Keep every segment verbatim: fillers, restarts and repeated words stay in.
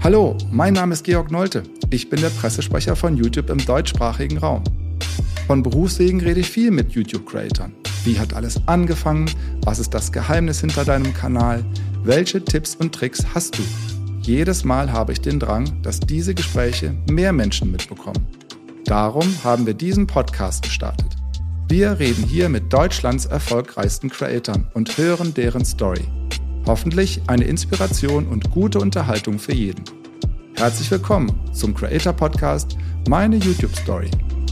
Hallo, mein Name ist Georg Nolte. Ich bin der Pressesprecher von YouTube im deutschsprachigen Raum. Von Berufswegen rede ich viel mit YouTube-Creatern. Wie hat alles angefangen? Was ist das Geheimnis hinter deinem Kanal? Welche Tipps und Tricks hast du? Jedes Mal habe ich den Drang, dass diese Gespräche mehr Menschen mitbekommen. Darum haben wir diesen Podcast gestartet. Wir reden hier mit Deutschlands erfolgreichsten Creatoren und hören deren Story. Hoffentlich eine Inspiration und gute Unterhaltung für jeden. Herzlich willkommen zum Creator Podcast Meine YouTube Story.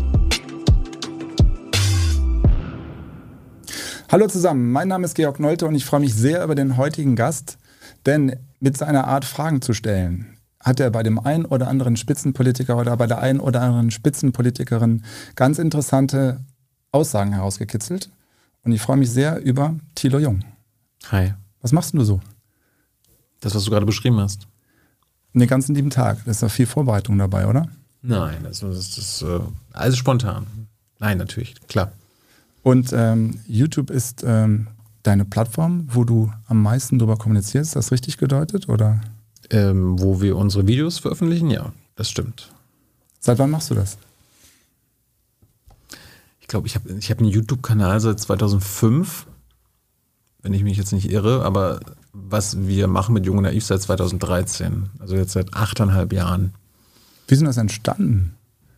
Hallo zusammen, mein Name ist Georg Nolte und ich freue mich sehr über den heutigen Gast, denn mit seiner Art Fragen zu stellen, hat er bei dem einen oder anderen Spitzenpolitiker oder bei der einen oder anderen Spitzenpolitikerin ganz interessante Aussagen herausgekitzelt. Und ich freue mich sehr über Thilo Jung. Hi. Was machst du so? Das, was du gerade beschrieben hast. Den ganzen lieben Tag. Da ist doch viel Vorbereitung dabei, oder? Nein, das, das ist äh, alles spontan. Nein, natürlich, klar. Und ähm, YouTube ist ähm, deine Plattform, wo du am meisten drüber kommunizierst. Ist das richtig gedeutet, oder? Ähm, wo wir unsere Videos veröffentlichen? Ja, das stimmt. Seit wann machst du das? Ich glaube, ich habe ich hab einen YouTube-Kanal seit zweitausendfünf. Wenn ich mich jetzt nicht irre, aber was wir machen mit Jung und Naiv seit zweitausenddreizehn, also jetzt seit achteinhalb Jahren. Wie ist denn das entstanden?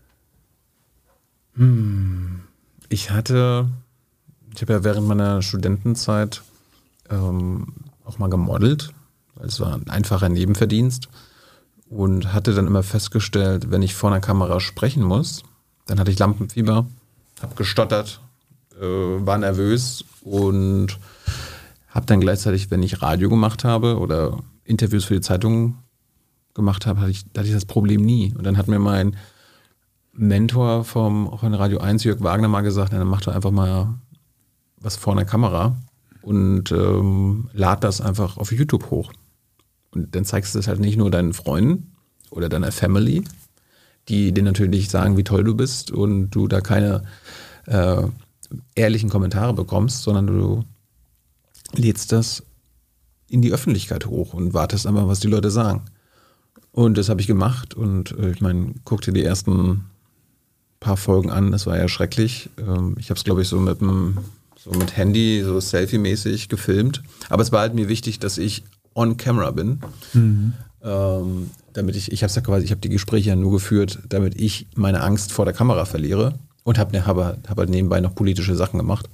Hm. Ich hatte, ich habe ja während meiner Studentenzeit ähm, auch mal gemodelt, weil es war ein einfacher Nebenverdienst und hatte dann immer festgestellt, wenn ich vor einer Kamera sprechen muss, dann hatte ich Lampenfieber, habe gestottert, äh, war nervös und habe dann gleichzeitig, wenn ich Radio gemacht habe oder Interviews für die Zeitung gemacht habe, hatte ich, hatte ich das Problem nie. Und dann hat mir mein Mentor vom, von Radio eins, Jörg Wagner, mal gesagt, dann mach doch einfach mal was vor einer Kamera und ähm, lad das einfach auf YouTube hoch. Und dann zeigst du es halt nicht nur deinen Freunden oder deiner Family, die dir natürlich sagen, wie toll du bist und du da keine äh, ehrlichen Kommentare bekommst, sondern du lädst das in die Öffentlichkeit hoch und wartest einfach, was die Leute sagen. Und das habe ich gemacht und äh, ich meine, guck dir die ersten paar Folgen an, das war ja schrecklich. Ähm, ich habe es, glaube ich, so mit dem, so mit Handy, so Selfie-mäßig gefilmt. Aber es war halt mir wichtig, dass ich on camera bin. Mhm. Ähm, damit ich, ich habe ja quasi, ich habe die Gespräche ja nur geführt, damit ich meine Angst vor der Kamera verliere und habe ne, hab, hab halt nebenbei noch politische Sachen gemacht.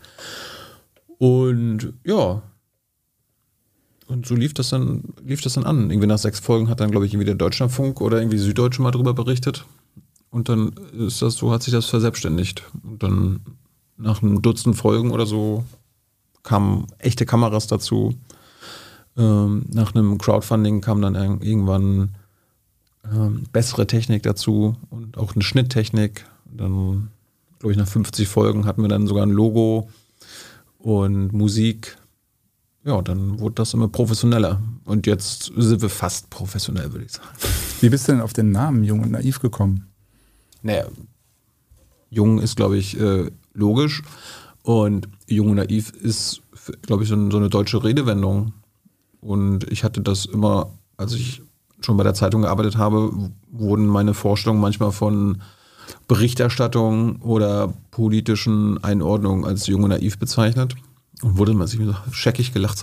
Und ja, und so lief das dann, lief das dann an. Irgendwie nach sechs Folgen hat dann, glaube ich, irgendwie der Deutschlandfunk oder irgendwie Süddeutsche mal drüber berichtet. Und dann ist das so, hat sich das verselbstständigt. Und dann nach einem Dutzend Folgen oder so kamen echte Kameras dazu. Ähm, nach einem Crowdfunding kam dann irgendwann ähm, bessere Technik dazu und auch eine Schnitttechnik. Dann, glaube ich, nach fünfzig Folgen hatten wir dann sogar ein Logo und Musik. Ja, dann wurde das immer professioneller. Und jetzt sind wir fast professionell, würde ich sagen. Wie bist du denn auf den Namen Jung und Naiv gekommen? Naja, Jung ist, glaube ich, äh, logisch. Und Jung und Naiv ist, glaube ich, so, ein, so eine deutsche Redewendung. Und ich hatte das immer, als ich schon bei der Zeitung gearbeitet habe, wurden meine Vorstellungen manchmal von Berichterstattung oder politischen Einordnungen als Jung und Naiv bezeichnet. Und wurde man sich so scheckig gelacht.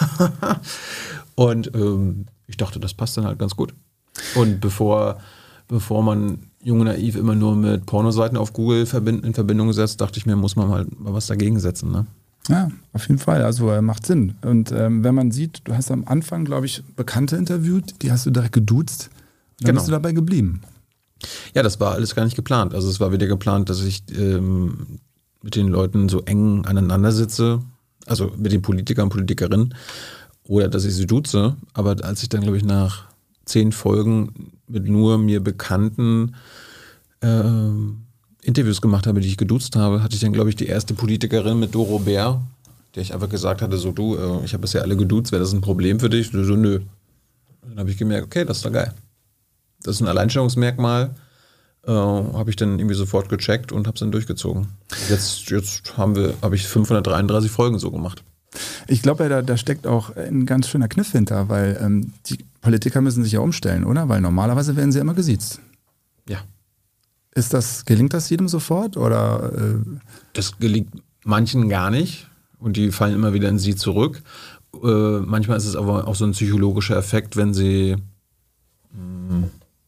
Und ähm, ich dachte, das passt dann halt ganz gut. Und bevor, bevor man Jung und Naiv immer nur mit Pornoseiten auf Google verbind, in Verbindung setzt, dachte ich mir, muss man mal, mal was dagegen setzen. Ne? Ja, auf jeden Fall. Also äh, macht Sinn. Und ähm, wenn man sieht, du hast am Anfang, glaube ich, Bekannte interviewt, die hast du direkt geduzt. Und dann genau. bist du dabei geblieben. Ja, das war alles gar nicht geplant. Also es war wieder geplant, dass ich ähm, mit den Leuten so eng aneinander sitze, also mit den Politikern und Politikerinnen, oder dass ich sie duze. Aber als ich dann, glaube ich, nach zehn Folgen mit nur mir bekannten äh, Interviews gemacht habe, die ich geduzt habe, hatte ich dann, glaube ich, die erste Politikerin mit Doro Bär, der ich einfach gesagt hatte, so du, äh, ich habe bisher alle geduzt, wäre das ein Problem für dich? Und so, nö. Dann habe ich gemerkt, okay, das ist doch geil. Das ist ein Alleinstellungsmerkmal. Äh, habe ich dann irgendwie sofort gecheckt und habe es dann durchgezogen. Jetzt, jetzt haben wir, habe ich fünfhundertdreiunddreißig Folgen so gemacht. Ich glaube ja, da, da steckt auch ein ganz schöner Kniff hinter, weil ähm, die Politiker müssen sich ja umstellen, oder? Weil normalerweise werden sie immer gesiezt. Ja. Ist das, gelingt das jedem sofort? Oder, äh das gelingt manchen gar nicht und die fallen immer wieder in sie zurück. Äh, manchmal ist es aber auch so ein psychologischer Effekt, wenn sie mh,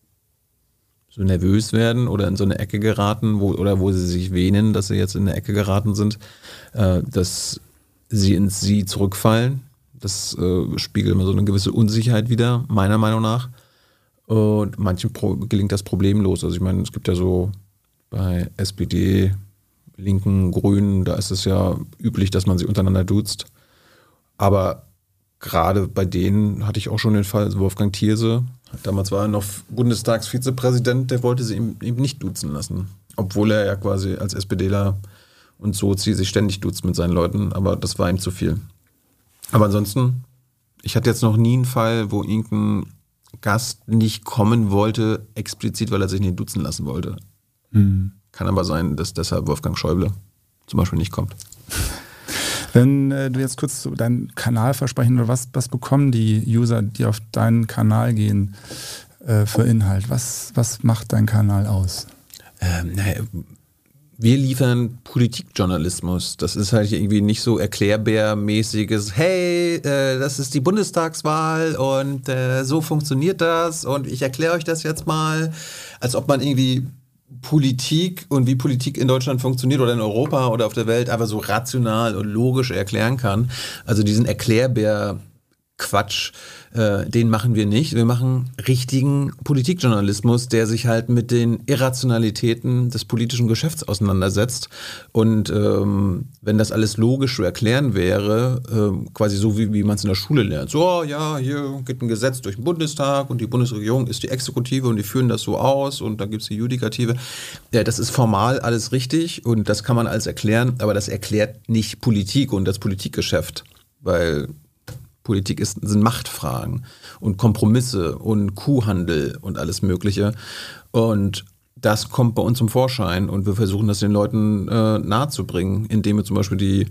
so nervös werden oder in so eine Ecke geraten, wo, oder wo sie sich wähnen, dass sie jetzt in eine Ecke geraten sind, äh, dass sie ins Sie zurückfallen. Das äh, spiegelt immer so eine gewisse Unsicherheit wider, meiner Meinung nach. Und manchen Pro- gelingt das problemlos. Also ich meine, es gibt ja so bei S P D, Linken, Grünen, da ist es ja üblich, dass man sie untereinander duzt. Aber gerade bei denen hatte ich auch schon den Fall, also Wolfgang Thierse, damals war er noch Bundestagsvizepräsident, der wollte sie eben, eben nicht duzen lassen. Obwohl er ja quasi als SPDler und Sozi sich ständig duzt mit seinen Leuten, aber das war ihm zu viel. Aber ansonsten, ich hatte jetzt noch nie einen Fall, wo irgendein Gast nicht kommen wollte, explizit, weil er sich nicht duzen lassen wollte. Mhm. Kann aber sein, dass deshalb Wolfgang Schäuble zum Beispiel nicht kommt. Wenn äh, du jetzt kurz so deinen Kanal versprechen oder was, was bekommen die User, die auf deinen Kanal gehen, äh, für Inhalt? Was, was macht dein Kanal aus? Ähm, naja, wir liefern Politikjournalismus. Das ist halt irgendwie nicht so erklärbärmäßiges, hey, äh, das ist die Bundestagswahl und äh, so funktioniert das und ich erkläre euch das jetzt mal, als ob man irgendwie Politik und wie Politik in Deutschland funktioniert oder in Europa oder auf der Welt einfach so rational und logisch erklären kann. Also diesen Erklärbär-Quatsch, äh, den machen wir nicht. Wir machen richtigen Politikjournalismus, der sich halt mit den Irrationalitäten des politischen Geschäfts auseinandersetzt. Und ähm, wenn das alles logisch zu erklären wäre, äh, quasi so wie, wie man es in der Schule lernt. So, ja, hier geht ein Gesetz durch den Bundestag und die Bundesregierung ist die Exekutive und die führen das so aus und dann gibt es die Judikative. Ja, das ist formal alles richtig und das kann man alles erklären, aber das erklärt nicht Politik und das Politikgeschäft, weil Politik ist, sind Machtfragen und Kompromisse und Kuhhandel und alles Mögliche. Und das kommt bei uns zum Vorschein und wir versuchen das den Leuten äh, nahezubringen, indem wir zum Beispiel die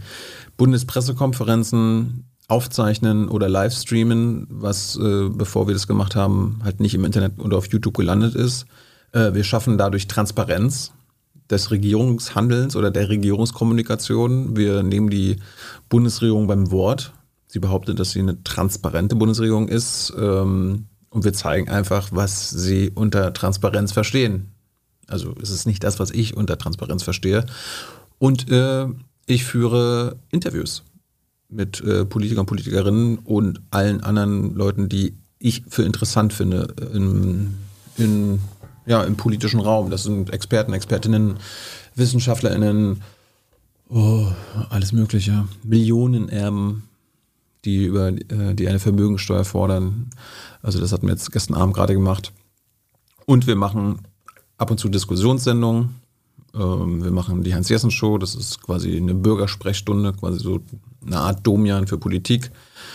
Bundespressekonferenzen aufzeichnen oder livestreamen, was, äh, bevor wir das gemacht haben, halt nicht im Internet oder auf YouTube gelandet ist. Äh, wir schaffen dadurch Transparenz des Regierungshandelns oder der Regierungskommunikation. Wir nehmen die Bundesregierung beim Wort. Sie behauptet, dass sie eine transparente Bundesregierung ist ähm, und wir zeigen einfach, was sie unter Transparenz verstehen. Also es ist nicht das, was ich unter Transparenz verstehe. Und äh, ich führe Interviews mit äh, Politikern und Politikerinnen und allen anderen Leuten, die ich für interessant finde in, in, ja, im politischen Raum. Das sind Experten, Expertinnen, WissenschaftlerInnen, oh, alles Mögliche, Millionenerben, die über die eine Vermögensteuer fordern. Also das hatten wir jetzt gestern Abend gerade gemacht. Und wir machen ab und zu Diskussionssendungen. Wir machen die Heinz-Jessen-Show, das ist quasi eine Bürgersprechstunde, quasi so eine Art Domian für Politik.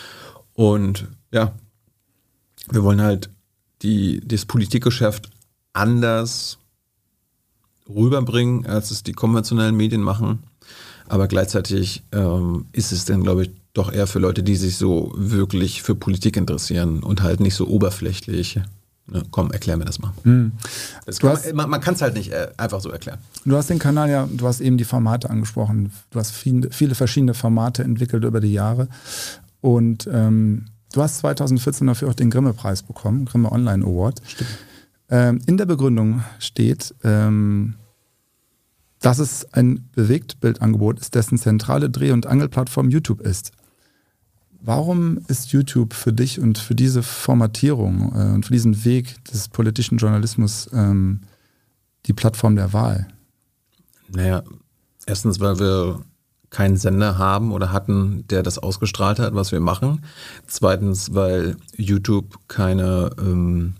Und ja, wir wollen halt die, das Politikgeschäft anders rüberbringen, als es die konventionellen Medien machen. Aber gleichzeitig ähm, ist es dann, glaube ich, doch eher für Leute, die sich so wirklich für Politik interessieren und halt nicht so oberflächlich. Ne, komm, erklär mir das mal. Hm. Das kann man man kann es halt nicht äh, einfach so erklären. Du hast den Kanal ja, du hast eben die Formate angesprochen. Du hast viele, viele verschiedene Formate entwickelt über die Jahre. Und ähm, du hast zwanzig vierzehn dafür auch den Grimme-Preis bekommen, Grimme Online Award. Stimmt. Ähm, in der Begründung steht, ähm, dass es ein Bewegtbildangebot ist, dessen zentrale Dreh- und Angelplattform YouTube ist. Warum ist YouTube für dich und für diese Formatierung äh, und für diesen Weg des politischen Journalismus ähm, die Plattform der Wahl? Naja, erstens, weil wir keinen Sender haben oder hatten, der das ausgestrahlt hat, was wir machen. Zweitens, weil YouTube keine ähm,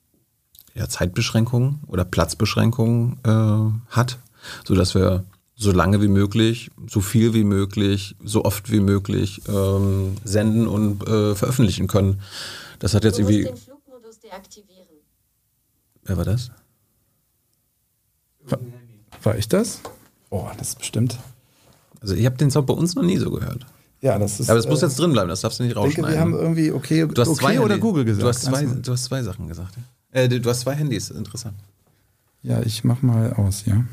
ja, Zeitbeschränkungen oder Platzbeschränkungen äh, hat, sodass wir so lange wie möglich, so viel wie möglich, so oft wie möglich ähm, senden und äh, veröffentlichen können. Das hat jetzt du irgendwie... musst den Flugmodus deaktivieren. Wer war das? War, war ich das? Oh, das ist bestimmt. Also ich habe den Sound bei uns noch nie so gehört. Ja, das ist. Aber das muss äh, jetzt drin bleiben, das darfst du nicht Ich denke, rausschneiden. wir haben irgendwie okay, du hast okay zwei oder Handy- Google gesagt. Du hast zwei, Also, du hast zwei Sachen gesagt. Äh, du hast zwei Handys, interessant. ja, ich mach mal aus, ja.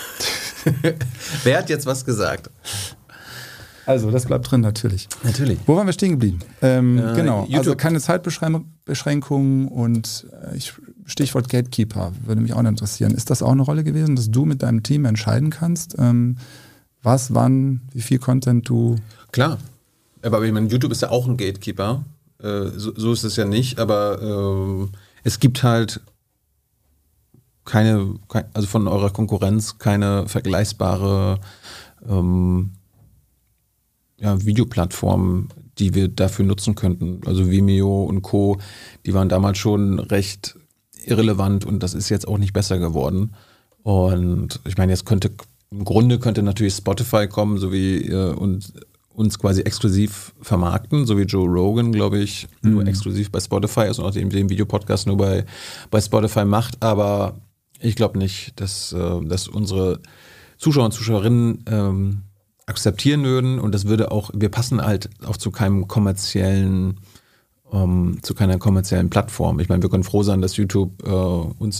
Wer hat jetzt was gesagt? Also, das bleibt drin, natürlich. Natürlich. Wo waren wir stehen geblieben? Ähm, Äh, genau, YouTube. also keine Zeitbeschränkungen und äh, ich, Stichwort Gatekeeper würde mich auch noch interessieren. Ist das auch eine Rolle gewesen, dass du mit deinem Team entscheiden kannst, ähm, was, wann, wie viel Content du... Klar. Aber ich meine, YouTube ist ja auch ein Gatekeeper. Äh, so, so ist es ja nicht, aber ähm, es gibt halt keine, kein, also von eurer Konkurrenz keine vergleichbare ähm, ja, Videoplattform, die wir dafür nutzen könnten. Also Vimeo und Co., die waren damals schon recht irrelevant und das ist jetzt auch nicht besser geworden. Und ich meine, jetzt könnte, im Grunde könnte natürlich Spotify kommen, so wie äh, und uns quasi exklusiv vermarkten, so wie Joe Rogan, glaube ich, mhm. nur exklusiv bei Spotify ist und auch den, den Videopodcast nur bei, bei Spotify macht. Aber ich glaube nicht, dass, äh, dass unsere Zuschauer und Zuschauerinnen ähm, akzeptieren würden und das würde auch, wir passen halt auch zu keinem kommerziellen, ähm, zu keiner kommerziellen Plattform. Ich meine, wir können froh sein, dass YouTube äh, uns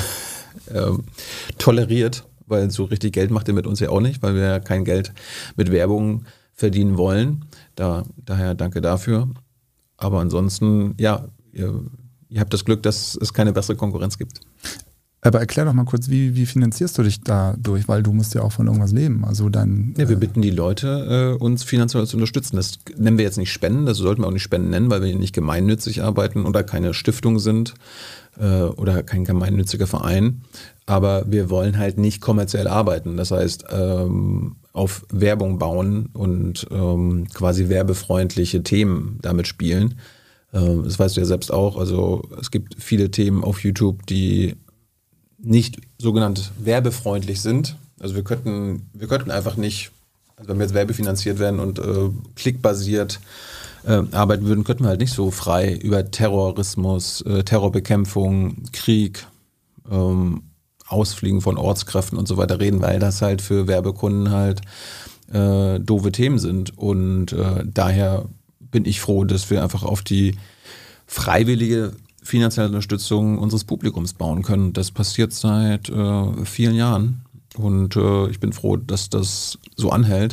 äh, toleriert, weil so richtig Geld macht ihr mit uns ja auch nicht, weil wir ja kein Geld mit Werbung verdienen wollen. Da, daher danke dafür. Aber ansonsten, ja, ihr, ihr habt das Glück, dass es keine bessere Konkurrenz gibt. Aber erklär doch mal kurz, wie, wie finanzierst du dich dadurch? Weil du musst ja auch von irgendwas leben. Also dann, ja, wir bitten die Leute, äh, uns finanziell zu unterstützen. Das nennen wir jetzt nicht Spenden, das sollten wir auch nicht Spenden nennen, weil wir nicht gemeinnützig arbeiten oder keine Stiftung sind äh, oder kein gemeinnütziger Verein. Aber wir wollen halt nicht kommerziell arbeiten. Das heißt, ähm, auf Werbung bauen und ähm, quasi werbefreundliche Themen damit spielen. Äh, das weißt du ja selbst auch. Also es gibt viele Themen auf YouTube, die nicht sogenannt werbefreundlich sind. Also wir könnten, wir könnten einfach nicht, also wenn wir jetzt werbefinanziert werden und äh, klickbasiert äh, arbeiten würden, könnten wir halt nicht so frei über Terrorismus, äh, Terrorbekämpfung, Krieg, ähm, Ausfliegen von Ortskräften und so weiter reden, weil das halt für Werbekunden halt äh, doofe Themen sind. Und äh, daher bin ich froh, dass wir einfach auf die freiwillige finanzielle Unterstützung unseres Publikums bauen können. Das passiert seit äh, vielen Jahren und äh, ich bin froh, dass das so anhält.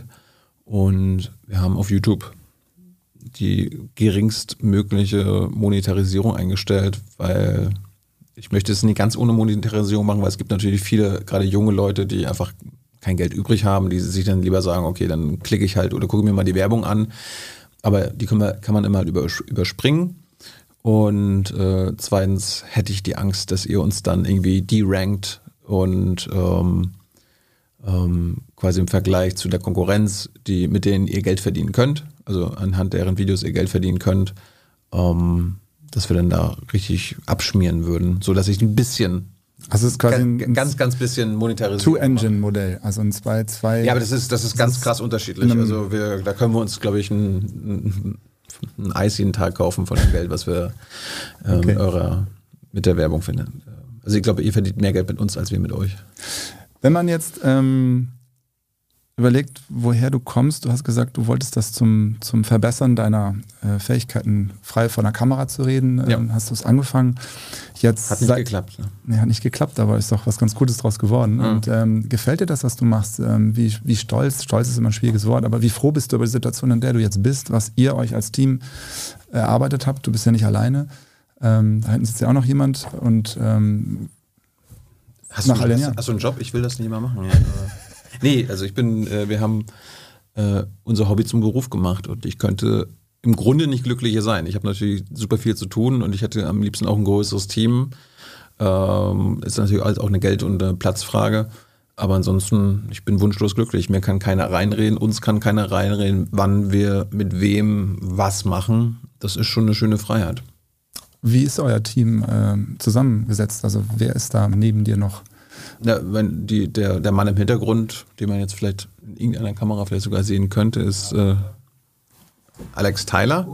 Und wir haben auf YouTube die geringstmögliche Monetarisierung eingestellt, weil ich möchte es nicht ganz ohne Monetarisierung machen, weil es gibt natürlich viele, gerade junge Leute, die einfach kein Geld übrig haben, die sich dann lieber sagen, okay, dann klicke ich halt oder gucke mir mal die Werbung an. Aber die kann man, kann man immer überspringen. Und äh, zweitens hätte ich die Angst, dass ihr uns dann irgendwie derankt und ähm, ähm, quasi im Vergleich zu der Konkurrenz, die, mit denen ihr Geld verdienen könnt, also anhand deren Videos ihr Geld verdienen könnt, ähm, dass wir dann da richtig abschmieren würden, sodass ich ein bisschen, also es ist quasi ein ganz, ganz, ganz bisschen monetarisiert. Two-Engine-Modell, also ein zwei, zwei. Ja, aber das ist, das ist ganz krass unterschiedlich. Also wir, da können wir uns, glaube ich, ein, ein ein Eis jeden Tag kaufen von dem Geld, was wir ähm, okay. eurer, mit der Werbung finden. Also ich glaube, ihr verdient mehr Geld mit uns, als wir mit euch. Wenn man jetzt ähm, überlegt, woher du kommst, du hast gesagt, du wolltest das zum, zum Verbessern deiner äh, Fähigkeiten, frei vor der Kamera zu reden, äh, ja. hast du es angefangen. Jetzt hat nicht seit, geklappt. Ne? Nee, hat nicht geklappt, aber ist doch was ganz Gutes draus geworden. Mhm. Und ähm, gefällt dir das, was du machst? Ähm, wie, wie stolz, stolz ist immer ein schwieriges Wort, aber wie froh bist du über die Situation, in der du jetzt bist, was ihr euch als Team erarbeitet habt? Du bist ja nicht alleine. Ähm, da hinten sitzt ja auch noch jemand und ähm, hast, nach du, hast, hast du einen Job? Ich will das nicht mehr machen. Ja. Nee, also ich bin, äh, wir haben äh, unser Hobby zum Beruf gemacht und ich könnte im Grunde nicht glücklicher sein. Ich habe natürlich super viel zu tun und ich hätte am liebsten auch ein größeres Team. Ähm, ist natürlich auch eine Geld- und eine Platzfrage. Aber ansonsten, ich bin wunschlos glücklich. Mir kann keiner reinreden, uns kann keiner reinreden, wann wir mit wem was machen. Das ist schon eine schöne Freiheit. Wie ist euer Team äh, zusammengesetzt? Also wer ist da neben dir noch? Ja, wenn die, der, der Mann im Hintergrund, den man jetzt vielleicht in irgendeiner Kamera vielleicht sogar sehen könnte, ist äh, Alex Tyler,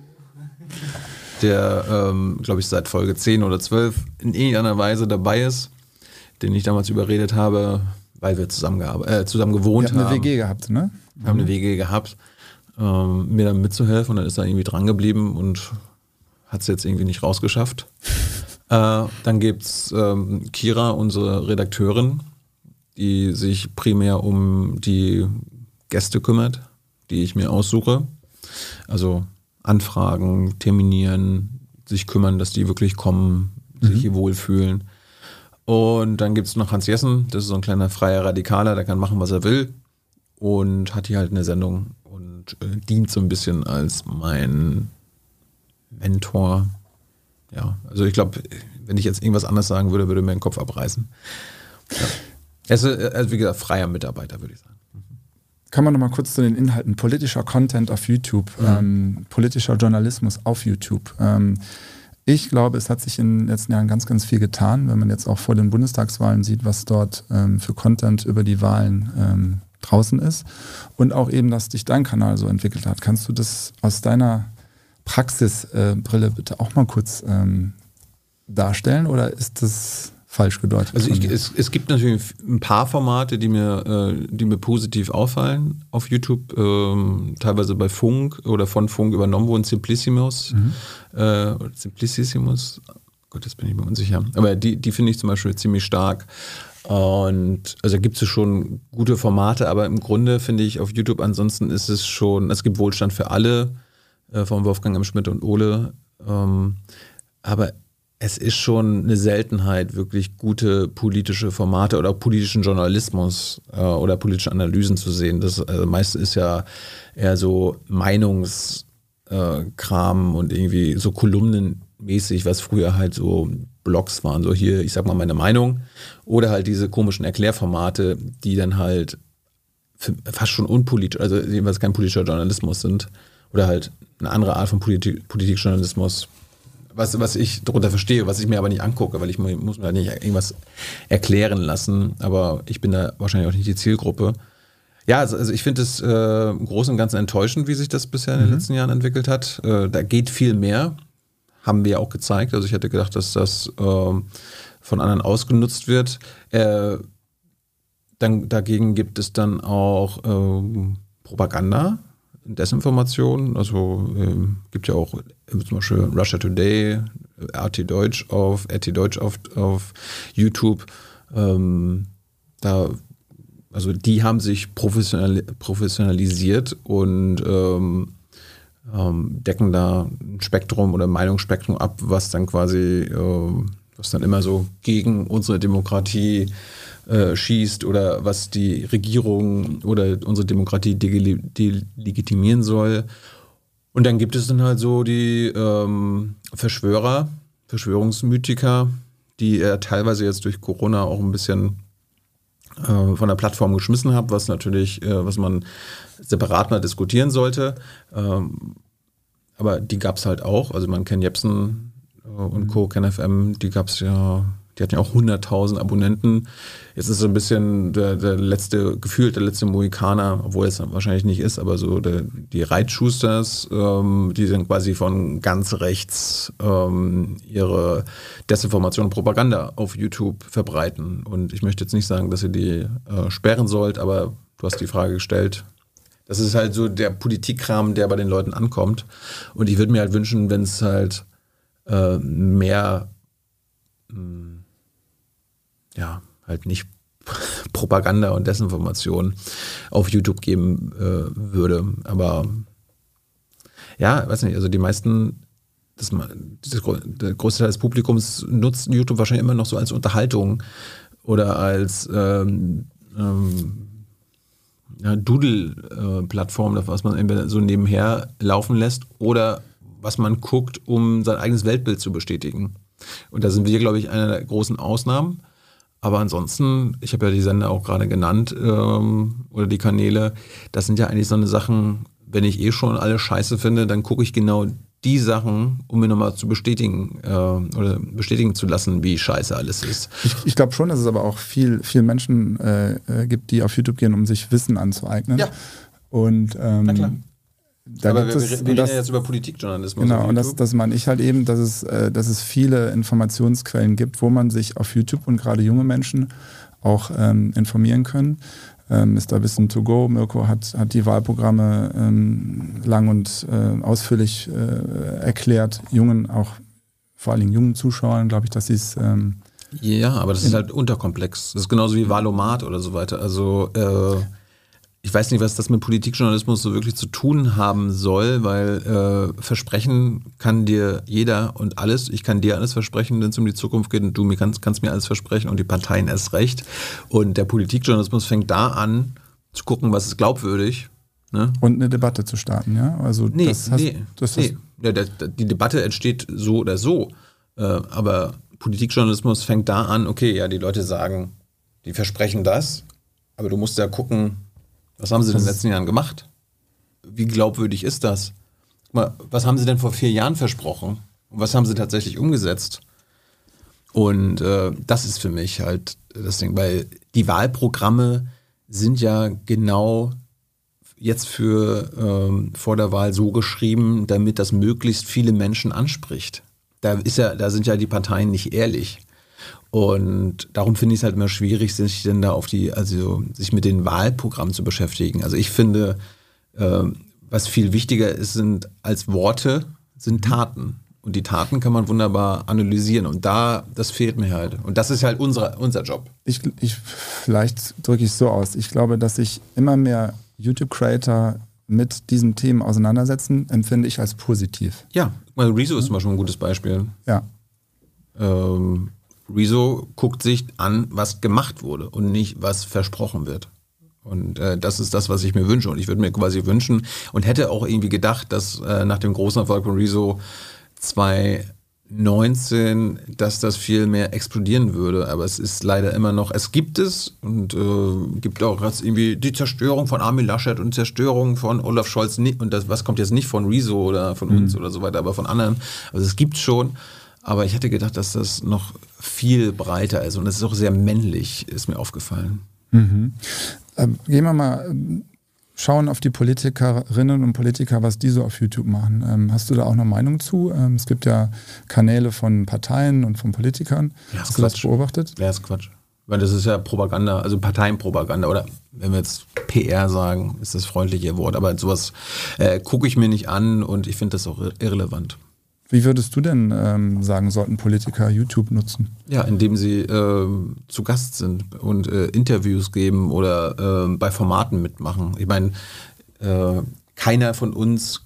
der, ähm, glaube ich, seit Folge zehn oder zwölf in irgendeiner Weise dabei ist, den ich damals überredet habe, weil wir zusammen, äh, zusammen gewohnt haben. Wir haben eine W G gehabt, ne? Wir haben eine W G gehabt. ähm, mir dann mitzuhelfen und dann ist er irgendwie dran geblieben und hat es jetzt irgendwie nicht rausgeschafft. äh, dann gibt es ähm, Kira, unsere Redakteurin, die sich primär um die Gäste kümmert, die ich mir aussuche. Also Anfragen, terminieren, sich kümmern, dass die wirklich kommen, mhm. sich hier wohlfühlen. Und dann gibt es noch Hans Jessen, das ist so ein kleiner freier Radikaler, der kann machen, was er will und hat hier halt eine Sendung und äh, dient so ein bisschen als mein Mentor. Ja, also ich glaube, wenn ich jetzt irgendwas anderes sagen würde, würde mir den Kopf abreißen. Ja. Er ist, also wie gesagt, freier Mitarbeiter, würde ich sagen. Kommen wir nochmal kurz zu den Inhalten. Politischer Content auf YouTube, mhm. ähm, politischer Journalismus auf YouTube. Ähm, ich glaube, es hat sich in den letzten Jahren ganz, ganz viel getan, wenn man jetzt auch vor den Bundestagswahlen sieht, was dort ähm, für Content über die Wahlen ähm, draußen ist. Und auch eben, dass sich dein Kanal so entwickelt hat. Kannst du das aus deiner Praxisbrille äh, bitte auch mal kurz ähm, darstellen oder ist das falsch gedeutet? Also ich, es, es gibt natürlich ein paar Formate, die mir, äh, die mir positiv auffallen auf YouTube, ähm, teilweise bei Funk oder von Funk übernommen wurden, Simplicissimus, mhm. äh, Simplicissimus, Gott, jetzt bin ich mir unsicher, aber die, die finde ich zum Beispiel ziemlich stark. Und also gibt es schon gute Formate, aber im Grunde finde ich auf YouTube ansonsten ist es schon, es gibt Wohlstand für alle, äh, von Wolfgang M. Schmidt und Ole, ähm, aber es ist schon eine Seltenheit, wirklich gute politische Formate oder politischen Journalismus äh, oder politische Analysen zu sehen. Das also meiste ist ja eher so Meinungskram äh, und irgendwie so kolumnenmäßig, was früher halt so Blogs waren, so hier, ich sag mal meine Meinung. Oder halt diese komischen Erklärformate, die dann halt fast schon unpolitisch, also jedenfalls kein politischer Journalismus sind. Oder halt eine andere Art von Politik, Politikjournalismus. Was, was ich darunter verstehe, was ich mir aber nicht angucke, weil ich muss mir da nicht irgendwas erklären lassen, aber ich bin da wahrscheinlich auch nicht die Zielgruppe. Ja, also, also ich finde es äh, im Großen und Ganzen enttäuschend, wie sich das bisher in den mhm. letzten Jahren entwickelt hat. Äh, da geht viel mehr, haben wir ja auch gezeigt. Also ich hätte gedacht, dass das äh, von anderen ausgenutzt wird. Äh, dann, dagegen gibt es dann auch äh, Propaganda. Desinformation, also ähm, gibt ja auch äh, zum Beispiel Russia Today, R T Deutsch auf, R T Deutsch auf, auf YouTube. Ähm, da, also die haben sich professional, professionalisiert und ähm, ähm, decken da ein Spektrum oder Meinungsspektrum ab, was dann quasi, äh, was dann immer so gegen unsere Demokratie Äh, schießt oder was die Regierung oder unsere Demokratie delegitimieren soll. Und dann gibt es dann halt so die ähm, Verschwörer, Verschwörungsmythiker, die er teilweise jetzt durch Corona auch ein bisschen äh, von der Plattform geschmissen hat, was natürlich, äh, was man separat mal diskutieren sollte. Ähm, aber die gab es halt auch. Also man kennt Jepsen äh, und Co., KenFM, die gab es ja. Die hatten ja auch hunderttausend Abonnenten. Jetzt ist so ein bisschen der, der letzte, gefühlt der letzte Mohikaner, obwohl es wahrscheinlich nicht ist, aber so der, die Reitschusters, ähm, die dann quasi von ganz rechts ähm, ihre Desinformation und Propaganda auf YouTube verbreiten. Und ich möchte jetzt nicht sagen, dass ihr die äh, sperren sollt, aber du hast die Frage gestellt. Das ist halt so der Politikkram, der bei den Leuten ankommt. Und ich würde mir halt wünschen, wenn es halt äh, mehr mh, ja, halt nicht Propaganda und Desinformation auf YouTube geben äh, würde. Aber ja, weiß nicht, also die meisten, das, das, der große Teil des Publikums nutzt YouTube wahrscheinlich immer noch so als Unterhaltung oder als ähm, ähm, ja, Doodle-Plattform, was man entweder so nebenher laufen lässt oder was man guckt, um sein eigenes Weltbild zu bestätigen. Und da sind wir, glaube ich, eine der großen Ausnahmen. Aber ansonsten, ich habe ja die Sender auch gerade genannt, ähm, oder die Kanäle, das sind ja eigentlich so eine Sachen, wenn ich eh schon alle scheiße finde, dann gucke ich genau die Sachen, um mir nochmal zu bestätigen äh, oder bestätigen zu lassen, wie scheiße alles ist. Ich, ich glaube schon, dass es aber auch viel, viel Menschen äh, gibt, die auf YouTube gehen, um sich Wissen anzueignen. Ja. Und ähm, na klar. Da aber wir, es, wir reden das, ja jetzt über Politikjournalismus. Genau, und das, das meine ich halt eben, dass es, äh, dass es viele Informationsquellen gibt, wo man sich auf YouTube und gerade junge Menschen auch ähm, informieren können. äh, Mister Wissen to go, Mirko hat, hat die Wahlprogramme ähm, lang und äh, ausführlich äh, erklärt, jungen, auch vor allen Dingen jungen Zuschauern, glaube ich, dass sie es... Ähm, ja, aber das ist halt unterkomplex. Das ist genauso wie Valomat oder so weiter. Also äh, ich weiß nicht, was das mit Politikjournalismus so wirklich zu tun haben soll, weil äh, Versprechen kann dir jeder und alles. Ich kann dir alles versprechen, wenn es um die Zukunft geht, und du mir kannst, kannst mir alles versprechen und die Parteien erst recht. Und der Politikjournalismus fängt da an, zu gucken, was ist glaubwürdig. Ne? Und eine Debatte zu starten, ja? Also nee, das hast, nee, das nee. Ja, der, der, die Debatte entsteht so oder so. Äh, aber Politikjournalismus fängt da an, okay, ja, die Leute sagen, die versprechen das, aber du musst ja gucken, was haben sie in den letzten Jahren gemacht? Wie glaubwürdig ist das? Guck mal, was haben sie denn vor vier Jahren versprochen? Und was haben sie tatsächlich umgesetzt? Und äh, das ist für mich halt das Ding, weil die Wahlprogramme sind ja genau jetzt für ähm, vor der Wahl so geschrieben, damit das möglichst viele Menschen anspricht. Da ist ja, da sind ja die Parteien nicht ehrlich. Und darum finde ich es halt immer schwierig, sich denn da auf die, also sich mit den Wahlprogrammen zu beschäftigen. Also ich finde, äh, was viel wichtiger ist, sind als Worte, sind Taten. Und die Taten kann man wunderbar analysieren. Und da, das fehlt mir halt. Und das ist halt unser, unser Job. Ich, ich, vielleicht drücke ich es so aus. Ich glaube, dass sich immer mehr YouTube-Creator mit diesen Themen auseinandersetzen, empfinde ich als positiv. Ja, weil Rezo ist zum Beispiel ein gutes Beispiel. Ja. Ähm, Rezo guckt sich an, was gemacht wurde und nicht, was versprochen wird. Und äh, das ist das, was ich mir wünsche. Und ich würde mir quasi wünschen und hätte auch irgendwie gedacht, dass äh, nach dem großen Erfolg von Rezo zwanzig neunzehn, dass das viel mehr explodieren würde. Aber es ist leider immer noch, es gibt es und äh, gibt auch jetzt irgendwie die Zerstörung von Armin Laschet und Zerstörung von Olaf Scholz. Und das, was kommt jetzt nicht von Rezo oder von uns mhm. oder so weiter, aber von anderen. Also es gibt schon. Aber ich hätte gedacht, dass das noch viel breiter ist und es ist auch sehr männlich, ist mir aufgefallen. Mhm. Ähm, gehen wir mal ähm, schauen auf die Politikerinnen und Politiker, was die so auf YouTube machen. Ähm, hast du da auch eine Meinung zu? Ähm, es gibt ja Kanäle von Parteien und von Politikern. Ja, hast du das beobachtet? Ja, ist Quatsch. Weil das ist ja Propaganda, also Parteienpropaganda oder wenn wir jetzt P R sagen, ist das freundliche Wort. Aber sowas äh, gucke ich mir nicht an und ich finde das auch irrelevant. Wie würdest du denn ähm, sagen, sollten Politiker YouTube nutzen? Ja, indem sie äh, zu Gast sind und äh, Interviews geben oder äh, bei Formaten mitmachen. Ich meine, äh, keiner von uns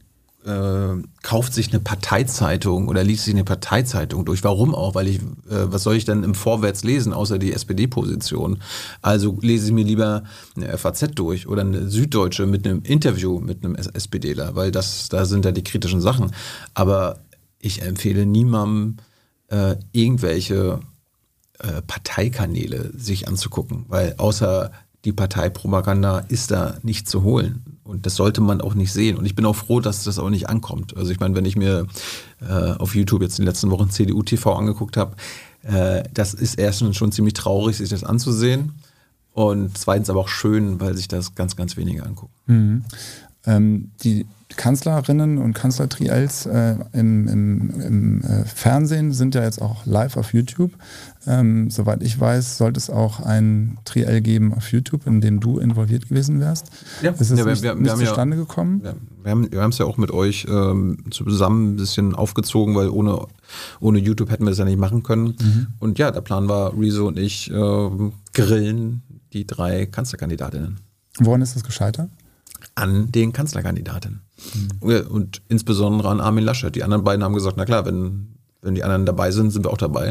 äh, kauft sich eine Parteizeitung oder liest sich eine Parteizeitung durch. Warum auch? Weil ich, äh, was soll ich denn im Vorwärts lesen, außer die S P D-Position? Also lese ich mir lieber eine F A Z durch oder eine Süddeutsche mit einem Interview mit einem SPDler, weil das, da sind ja die kritischen Sachen. Aber ich empfehle niemandem, äh, irgendwelche äh, Parteikanäle sich anzugucken, weil außer die Parteipropaganda ist da nicht zu holen. Und das sollte man auch nicht sehen. Und ich bin auch froh, dass das auch nicht ankommt. Also ich meine, wenn ich mir äh, auf YouTube jetzt in den letzten Wochen C D U T V angeguckt habe, äh, das ist erstens schon ziemlich traurig, sich das anzusehen. Und zweitens aber auch schön, weil sich das ganz, ganz wenige angucken. Mhm. Ähm, die Kanzlerinnen und Kanzlertriels äh, im, im, im äh, Fernsehen sind ja jetzt auch live auf YouTube. Ähm, soweit ich weiß, sollte es auch ein Triell geben auf YouTube, in dem du involviert gewesen wärst. Ja. Ist es ja, wir, nicht, wir, wir nicht zustande ja, gekommen? Ja, wir haben wir es ja auch mit euch ähm, zusammen ein bisschen aufgezogen, weil ohne, ohne YouTube hätten wir das ja nicht machen können. Mhm. Und ja, der Plan war, Rezo und ich äh, grillen die drei Kanzlerkandidatinnen. Woran ist das gescheitert? An den Kanzlerkandidaten. Mhm. Und insbesondere an Armin Laschet. Die anderen beiden haben gesagt, na klar, wenn, wenn die anderen dabei sind, sind wir auch dabei.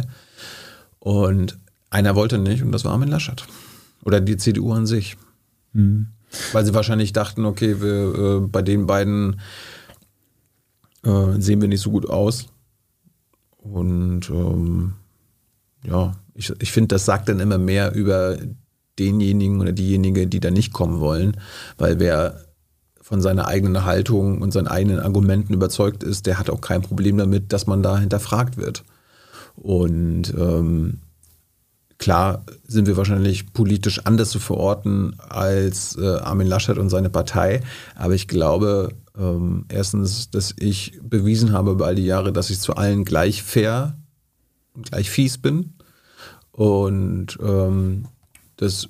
Und einer wollte nicht und das war Armin Laschet. Oder die C D U an sich. Mhm. Weil sie wahrscheinlich dachten, okay, wir, äh, bei den beiden äh, sehen wir nicht so gut aus. Und ähm, ja, ich, ich finde, das sagt dann immer mehr über denjenigen oder diejenige, die da nicht kommen wollen. Weil wer von seiner eigenen Haltung und seinen eigenen Argumenten überzeugt ist, der hat auch kein Problem damit, dass man da hinterfragt wird. Und ähm, klar sind wir wahrscheinlich politisch anders zu verorten als äh, Armin Laschet und seine Partei, aber ich glaube ähm, erstens, dass ich bewiesen habe über all die Jahre, dass ich zu allen gleich fair und gleich fies bin und ähm, das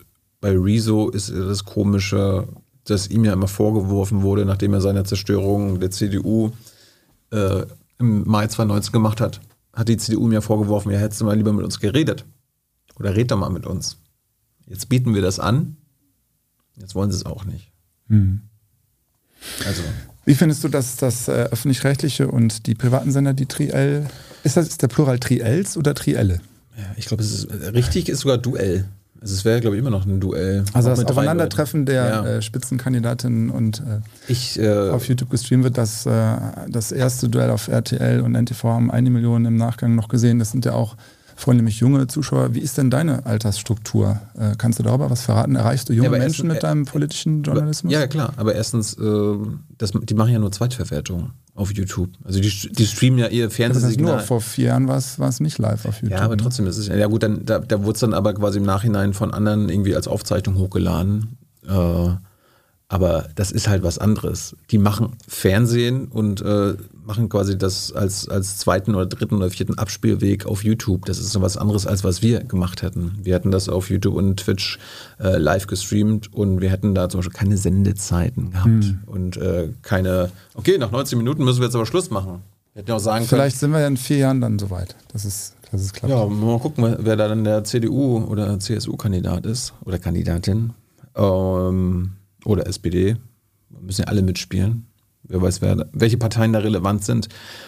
bei Rezo ist das Komische, dass ihm ja immer vorgeworfen wurde, nachdem er seine Zerstörung der C D U äh, im Mai zweitausendneunzehn gemacht hat, hat die C D U mir vorgeworfen, ja, hättest du mal lieber mit uns geredet. Oder red doch mal mit uns. Jetzt bieten wir das an, jetzt wollen sie es auch nicht. Mhm. Also. Wie findest du, dass das äh, öffentlich-rechtliche und die privaten Sender, die Triell, ist das ist der Plural Triels oder Trielle? Ja, ich glaube, es ist richtig, ist sogar Duell. Also es wäre, glaube ich, immer noch ein Duell. Also das Aufeinandertreffen der ja. äh, Spitzenkandidatinnen und äh, ich, äh, auf YouTube gestreamt wird, das, äh, das erste Duell auf R T L und N T V haben eine Million im Nachgang noch gesehen. Das sind ja auch vornehmlich junge Zuschauer. Wie ist denn deine Altersstruktur? Äh, kannst du darüber was verraten? Erreichst du junge ja, Menschen erstens, mit deinem politischen Journalismus? Ja, klar. Aber erstens, äh, das, die machen ja nur Zweitverwertung auf YouTube. Also die, die streamen ja ihr Fernsehsignal. Ja, nur vor vier Jahren war es nicht live auf YouTube. Ja, aber trotzdem, das ist ja gut, dann, da, da wurde es dann aber quasi im Nachhinein von anderen irgendwie als Aufzeichnung hochgeladen. Äh, aber das ist halt was anderes. Die machen Fernsehen und äh, machen quasi das als, als zweiten oder dritten oder vierten Abspielweg auf YouTube. Das ist so was anderes, als was wir gemacht hätten. Wir hätten das auf YouTube und Twitch äh, live gestreamt und wir hätten da zum Beispiel keine Sendezeiten gehabt hm. und äh, keine, okay, nach neunzig Minuten müssen wir jetzt aber Schluss machen. Wir hätten auch sagen Vielleicht können, sind wir ja in vier Jahren dann soweit, dass es, dass es klappt. Ja, mal gucken, wer da dann der C D U oder C S U-Kandidat ist oder Kandidatin. Ähm, Oder S P D. Wir müssen ja alle mitspielen. Wer weiß, wer, welche Parteien da relevant sind.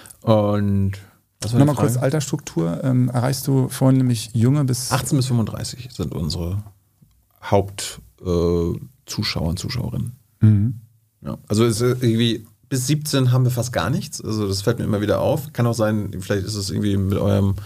Und was war Nochmal kurz Altersstruktur. Ähm, erreichst du vorhin nämlich junge bis... achtzehn bis fünfunddreißig sind unsere Hauptzuschauer äh, und Zuschauerinnen. Mhm. Ja, also es ist irgendwie bis siebzehn haben wir fast gar nichts. Also das fällt mir immer wieder auf. Kann auch sein, vielleicht ist es irgendwie mit eurem...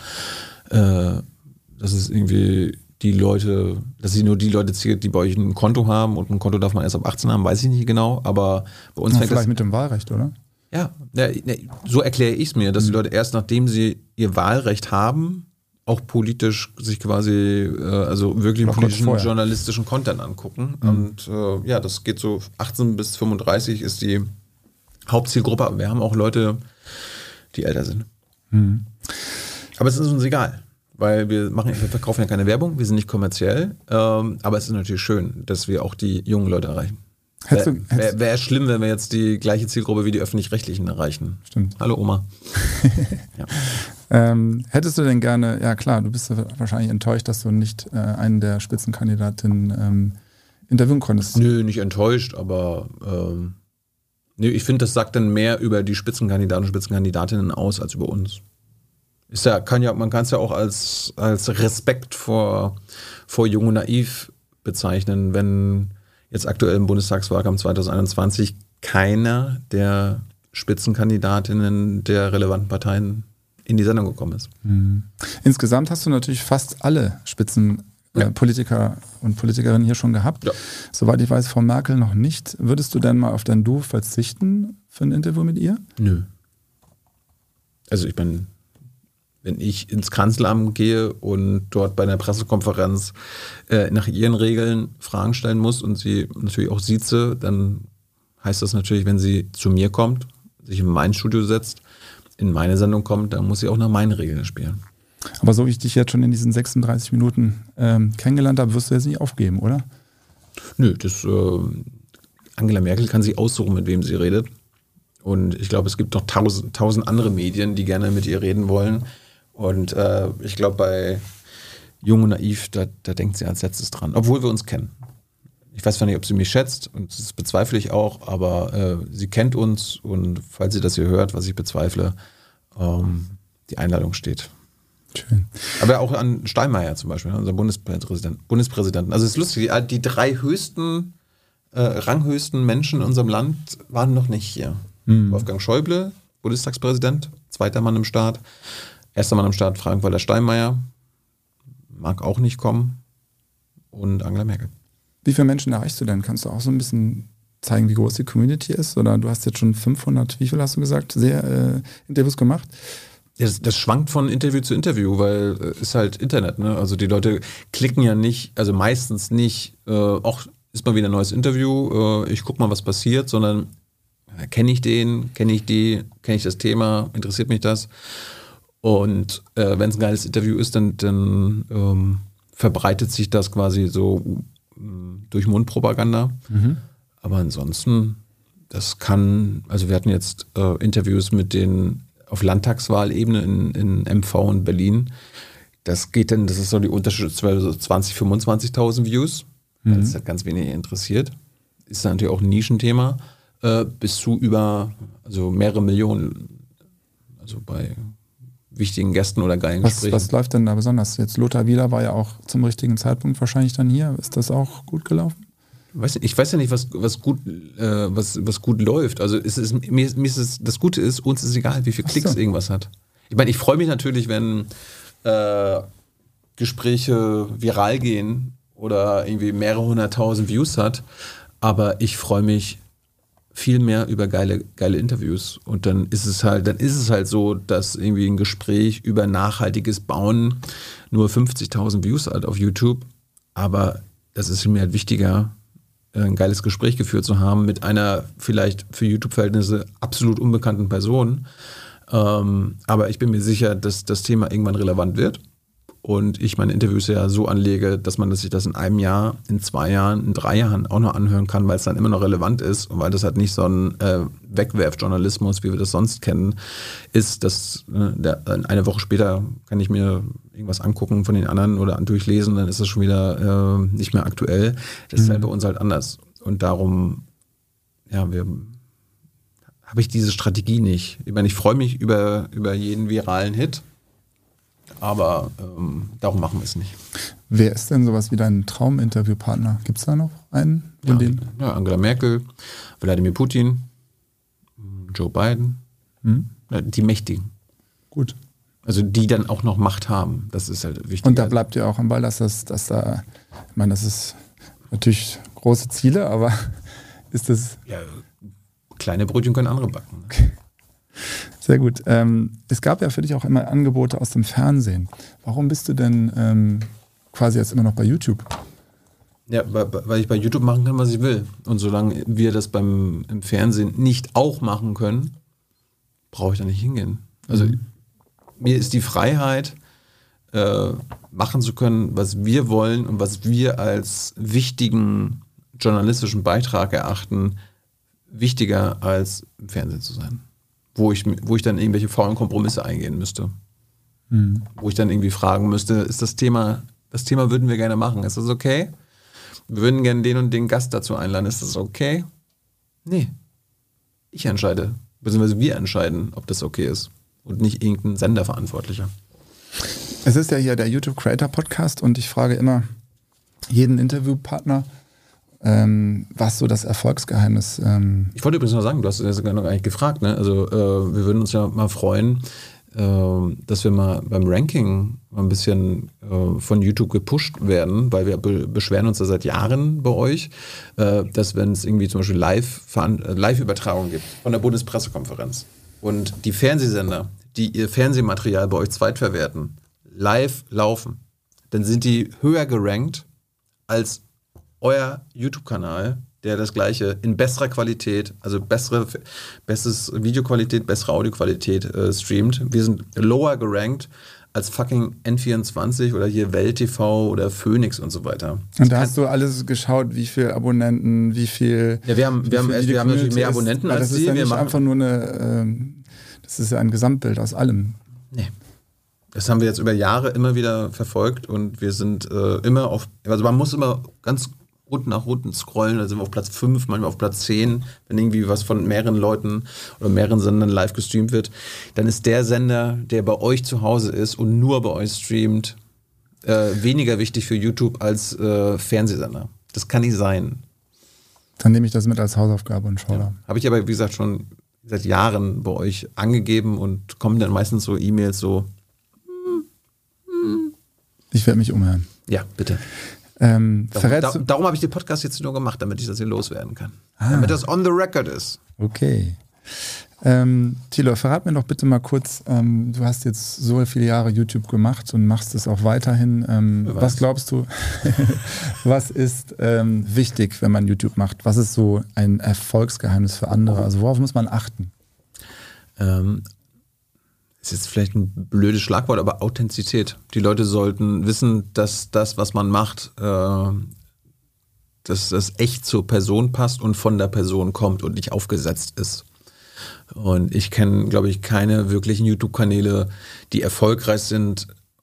Äh, das ist irgendwie... die Leute, dass sie nur die Leute zielt, die bei euch ein Konto haben und ein Konto darf man erst ab achtzehn haben, weiß ich nicht genau, aber bei uns ja, fängt vielleicht das, mit dem Wahlrecht, oder? Ja, ja so erkläre ich es mir, dass mhm. die Leute erst nachdem sie ihr Wahlrecht haben, auch politisch sich quasi, also wirklich politischen, journalistischen Content angucken mhm. und äh, ja, das geht so achtzehn bis fünfunddreißig ist die Hauptzielgruppe, aber wir haben auch Leute, die älter sind. Mhm. Aber es ist uns egal. Weil wir machen, wir verkaufen ja keine Werbung, wir sind nicht kommerziell, ähm, aber es ist natürlich schön, dass wir auch die jungen Leute erreichen. Wäre wär, wär schlimm, wenn wir jetzt die gleiche Zielgruppe wie die Öffentlich-Rechtlichen erreichen. Stimmt. Hallo Oma. ja. ähm, hättest du denn gerne, ja klar, du bist wahrscheinlich enttäuscht, dass du nicht äh, einen der Spitzenkandidatinnen ähm, interviewen konntest. Nö, nicht enttäuscht, aber ähm, nö, ich finde, das sagt dann mehr über die Spitzenkandidaten und Spitzenkandidatinnen aus als über uns. Ist ja, kann ja, man kann es ja auch als, als Respekt vor, vor Jung und Naiv bezeichnen, wenn jetzt aktuell im Bundestagswahlkampf zwanzig einundzwanzig keiner der Spitzenkandidatinnen der relevanten Parteien in die Sendung gekommen ist. Mhm. Insgesamt hast du natürlich fast alle Spitzenpolitiker ja. und Politikerinnen hier schon gehabt. Ja. Soweit ich weiß, Frau Merkel noch nicht. Würdest du denn mal auf dein Du verzichten für ein Interview mit ihr? Nö. Also ich bin... Wenn ich ins Kanzleramt gehe und dort bei einer Pressekonferenz äh, nach ihren Regeln Fragen stellen muss und sie natürlich auch sieze, dann heißt das natürlich, wenn sie zu mir kommt, sich in mein Studio setzt, in meine Sendung kommt, dann muss sie auch nach meinen Regeln spielen. Aber so wie ich dich jetzt schon in diesen sechsunddreißig Minuten ähm, kennengelernt habe, wirst du jetzt nicht aufgeben, oder? Nö, das, äh, Angela Merkel kann sich aussuchen, mit wem sie redet. Und ich glaube, es gibt noch tausend, tausend andere Medien, die gerne mit ihr reden wollen. Und äh, ich glaube, bei Jung und Naiv, da, da denkt sie als letztes dran, obwohl wir uns kennen. Ich weiß zwar nicht, ob sie mich schätzt, und das bezweifle ich auch, aber äh, sie kennt uns und falls sie das hier hört, was ich bezweifle, ähm, die Einladung steht. Schön. Aber auch an Steinmeier zum Beispiel, unser Bundespräsident, Bundespräsidenten. Also es ist lustig, die, die drei höchsten, äh, ranghöchsten Menschen in unserem Land waren noch nicht hier. Mhm. Wolfgang Schäuble, Bundestagspräsident, zweiter Mann im Staat. Erster Mann am Start, Frank-Walter Steinmeier, mag auch nicht kommen, und Angela Merkel. Wie viele Menschen erreichst du denn? Kannst du auch so ein bisschen zeigen, wie groß die Community ist? Oder du hast jetzt schon fünfhundert, wie viel hast du gesagt, sehr äh, Interviews gemacht? Das, das schwankt von Interview zu Interview, weil es äh, ist halt Internet, ne? Also die Leute klicken ja nicht, also meistens nicht, äh, auch ist mal wieder ein neues Interview, äh, ich guck mal, was passiert, sondern äh, kenne ich den, kenne ich die, kenne ich das Thema, interessiert mich das? Und äh, wenn es ein geiles Interview ist, dann, dann ähm, verbreitet sich das quasi so durch Mundpropaganda. Mhm. Aber ansonsten, das kann, also wir hatten jetzt äh, Interviews mit den auf Landtagswahlebene in, in M V in Berlin. Das geht dann, das ist so die Unterschied zwischen zwanzigtausend, fünfundzwanzigtausend Views, mhm. weil es halt ganz wenig interessiert. Ist natürlich auch ein Nischenthema, äh, bis zu über, also mehrere Millionen, also bei wichtigen Gästen oder geilen was, Gesprächen. Was läuft denn da besonders? Jetzt Lothar Wieler war ja auch zum richtigen Zeitpunkt wahrscheinlich dann hier. Ist das auch gut gelaufen? Weiß, ich weiß ja nicht, was, was, gut, äh, was, was gut läuft. Also es ist, mir, mir ist es, das Gute ist, uns ist egal, wie viele Klicks so. irgendwas hat. Ich meine, ich freue mich natürlich, wenn äh, Gespräche viral gehen oder irgendwie mehrere hunderttausend Views hat, aber ich freue mich viel mehr über geile, geile Interviews. Und dann ist es halt, dann ist es halt so, dass irgendwie ein Gespräch über nachhaltiges Bauen nur fünfzigtausend Views hat auf YouTube. Aber das ist mir halt wichtiger, ein geiles Gespräch geführt zu haben mit einer vielleicht für YouTube-Verhältnisse absolut unbekannten Person. Ähm, aber ich bin mir sicher, dass das Thema irgendwann relevant wird. Und ich meine Interviews ja so anlege, dass man sich das in einem Jahr, in zwei Jahren, in drei Jahren auch noch anhören kann, weil es dann immer noch relevant ist und weil das halt nicht so ein äh, Wegwerfjournalismus, wie wir das sonst kennen, ist, dass äh, der, eine Woche später kann ich mir irgendwas angucken von den anderen oder durchlesen, dann ist das schon wieder äh, nicht mehr aktuell. Das mhm. ist halt bei uns halt anders. Und darum, ja, wir habe ich diese Strategie nicht. Ich meine, ich freue mich über, über jeden viralen Hit, aber ähm, darum machen wir es nicht. Wer ist denn sowas wie dein Trauminterviewpartner? Gibt es da noch einen? Ja, ja, Angela Merkel, Wladimir Putin, Joe Biden, hm? Die Mächtigen. Gut. Also die dann auch noch Macht haben, das ist halt wichtig. Und da bleibt ja auch am Ball, dass das, dass da, ich meine, das ist natürlich große Ziele, aber ist das... Ja, kleine Brötchen können andere backen. Okay. Sehr gut. Ähm, es gab ja für dich auch immer Angebote aus dem Fernsehen. Warum bist du denn ähm, quasi jetzt immer noch bei YouTube? Ja, weil ich bei YouTube machen kann, was ich will. Und solange wir das beim im Fernsehen nicht auch machen können, brauche ich da nicht hingehen. Also mhm. mir ist die Freiheit, äh, machen zu können, was wir wollen und was wir als wichtigen journalistischen Beitrag erachten, wichtiger als im Fernsehen zu sein. Wo ich, wo ich dann irgendwelche faulen Kompromisse eingehen müsste. Mhm. Wo ich dann irgendwie fragen müsste, ist das Thema, das Thema würden wir gerne machen, ist das okay? Wir würden gerne den und den Gast dazu einladen, ist das okay? Nee. Ich entscheide, beziehungsweise wir entscheiden, ob das okay ist. Und nicht irgendein Senderverantwortlicher. Es ist ja hier der YouTube Creator Podcast und ich frage immer jeden Interviewpartner, ähm, was so das Erfolgsgeheimnis... Ähm ich wollte übrigens noch sagen, du hast das noch gar nicht gefragt, ne? Also äh, wir würden uns ja mal freuen, äh, dass wir mal beim Ranking mal ein bisschen äh, von YouTube gepusht werden, weil wir be- beschweren uns ja seit Jahren bei euch, äh, dass wenn es irgendwie zum Beispiel Live- Live-Übertragung gibt von der Bundespressekonferenz und die Fernsehsender, die ihr Fernsehmaterial bei euch zweitverwerten, live laufen, dann sind die höher gerankt als euer YouTube-Kanal, der das Gleiche in besserer Qualität, also bessere, besseres Videoqualität, bessere Audioqualität äh, streamt. Wir sind lower gerankt als fucking N vierundzwanzig oder hier Welt T V oder Phoenix und so weiter. Und da hast du alles geschaut, wie viele Abonnenten, wie viel... Ja, wir haben, wir haben, wir haben natürlich mehr Abonnenten ist, als das Sie. Ist ja wir nicht machen einfach nur eine... Ähm, das ist ja ein Gesamtbild aus allem. Nee. Das haben wir jetzt über Jahre immer wieder verfolgt und wir sind äh, immer auf... Also man muss immer ganz... unten nach unten scrollen, da sind wir auf Platz fünf, manchmal auf Platz zehn, wenn irgendwie was von mehreren Leuten oder mehreren Sendern live gestreamt wird, dann ist der Sender, der bei euch zu Hause ist und nur bei euch streamt, äh, weniger wichtig für YouTube als äh, Fernsehsender. Das kann nicht sein. Dann nehme ich das mit als Hausaufgabe und schaue ja. da. Habe ich aber, wie gesagt, schon seit Jahren bei euch angegeben und kommen dann meistens so E-Mails so. Ich werde mich umhören. Ja, bitte. Ähm, darum da, darum habe ich den Podcast jetzt nur gemacht, damit ich das hier loswerden kann. Ah. Damit das on the record ist. Okay. Ähm, Thilo, verrat mir doch bitte mal kurz, ähm, du hast jetzt so viele Jahre YouTube gemacht und machst es auch weiterhin. Ähm, was glaubst du, was ist ähm, wichtig, wenn man YouTube macht? Was ist so ein Erfolgsgeheimnis für andere? Also worauf muss man achten? Ähm, ist jetzt vielleicht ein blödes Schlagwort, aber Authentizität. Die Leute sollten wissen, dass das, was man macht, äh, dass das echt zur Person passt und von der Person kommt und nicht aufgesetzt ist. Und ich kenne, glaube ich, keine wirklichen YouTube-Kanäle, die erfolgreich sind,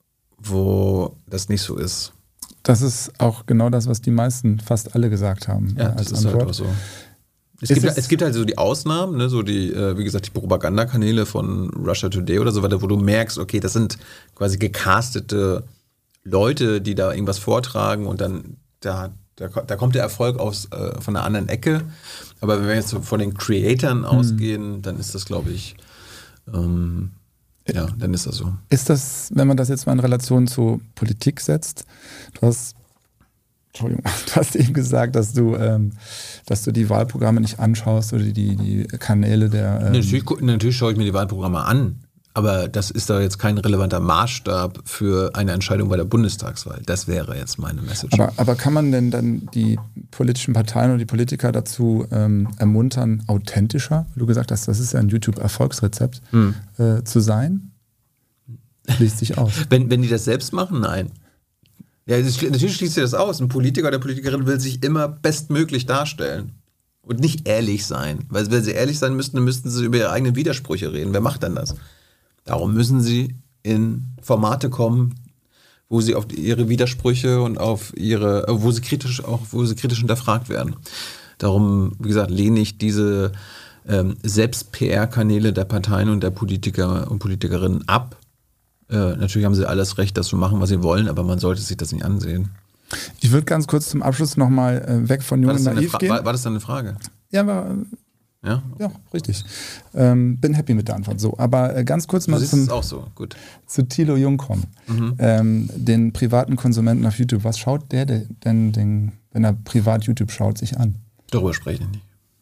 wo das nicht so ist. Das ist auch genau das, was die meisten, fast alle gesagt haben. Ja, als das ist Antwort. halt auch so. Es gibt, es, es gibt halt so die Ausnahmen, ne, so die, äh, wie gesagt, die Propagandakanäle von Russia Today oder so weiter, wo du merkst, okay, das sind quasi gecastete Leute, die da irgendwas vortragen und dann da, da, da kommt der Erfolg aus äh, von einer anderen Ecke. Aber wenn wir jetzt so von den Creatoren ausgehen, dann ist das, glaube ich, ähm, ja, dann ist das so. Ist das, wenn man das jetzt mal in Relation zu Politik setzt, du hast Entschuldigung, du hast eben gesagt, dass du, ähm, dass du die Wahlprogramme nicht anschaust oder die, die Kanäle der... Ähm natürlich, natürlich schaue ich mir die Wahlprogramme an, aber das ist da jetzt kein relevanter Maßstab für eine Entscheidung bei der Bundestagswahl. Das wäre jetzt meine Message. Aber, aber kann man denn dann die politischen Parteien und die Politiker dazu ähm, ermuntern, authentischer, wie du gesagt hast, das ist ja ein YouTube-Erfolgsrezept, hm. äh, zu sein? Schließt sich aus. Wenn, wenn die das selbst machen, nein. Ja, natürlich schließt sich das aus. Ein Politiker oder Politikerin will sich immer bestmöglich darstellen und nicht ehrlich sein. Weil wenn sie ehrlich sein müssten, dann müssten sie über ihre eigenen Widersprüche reden. Wer macht denn das? Darum müssen sie in Formate kommen, wo sie auf ihre Widersprüche und auf ihre, wo sie kritisch auch, wo sie kritisch hinterfragt werden. Darum, wie gesagt, lehne ich diese ähm, Selbst-P R-Kanäle der Parteien und der Politiker und Politikerinnen ab. Äh, natürlich haben sie alles Recht, das zu machen, was sie wollen, aber man sollte sich das nicht ansehen. Ich würde ganz kurz zum Abschluss nochmal äh, weg von Jung und Naiv Fra- gehen. War, war das dann eine Frage? Ja, war, ja? ja, richtig. Ähm, bin happy mit der Antwort. So, aber äh, ganz kurz mal du zum, es auch so. Gut. zu Thilo Jung kommen. Mhm. Ähm, den privaten Konsumenten auf YouTube. Was schaut der denn, den, wenn er privat YouTube schaut, sich an? Darüber spreche ich nicht.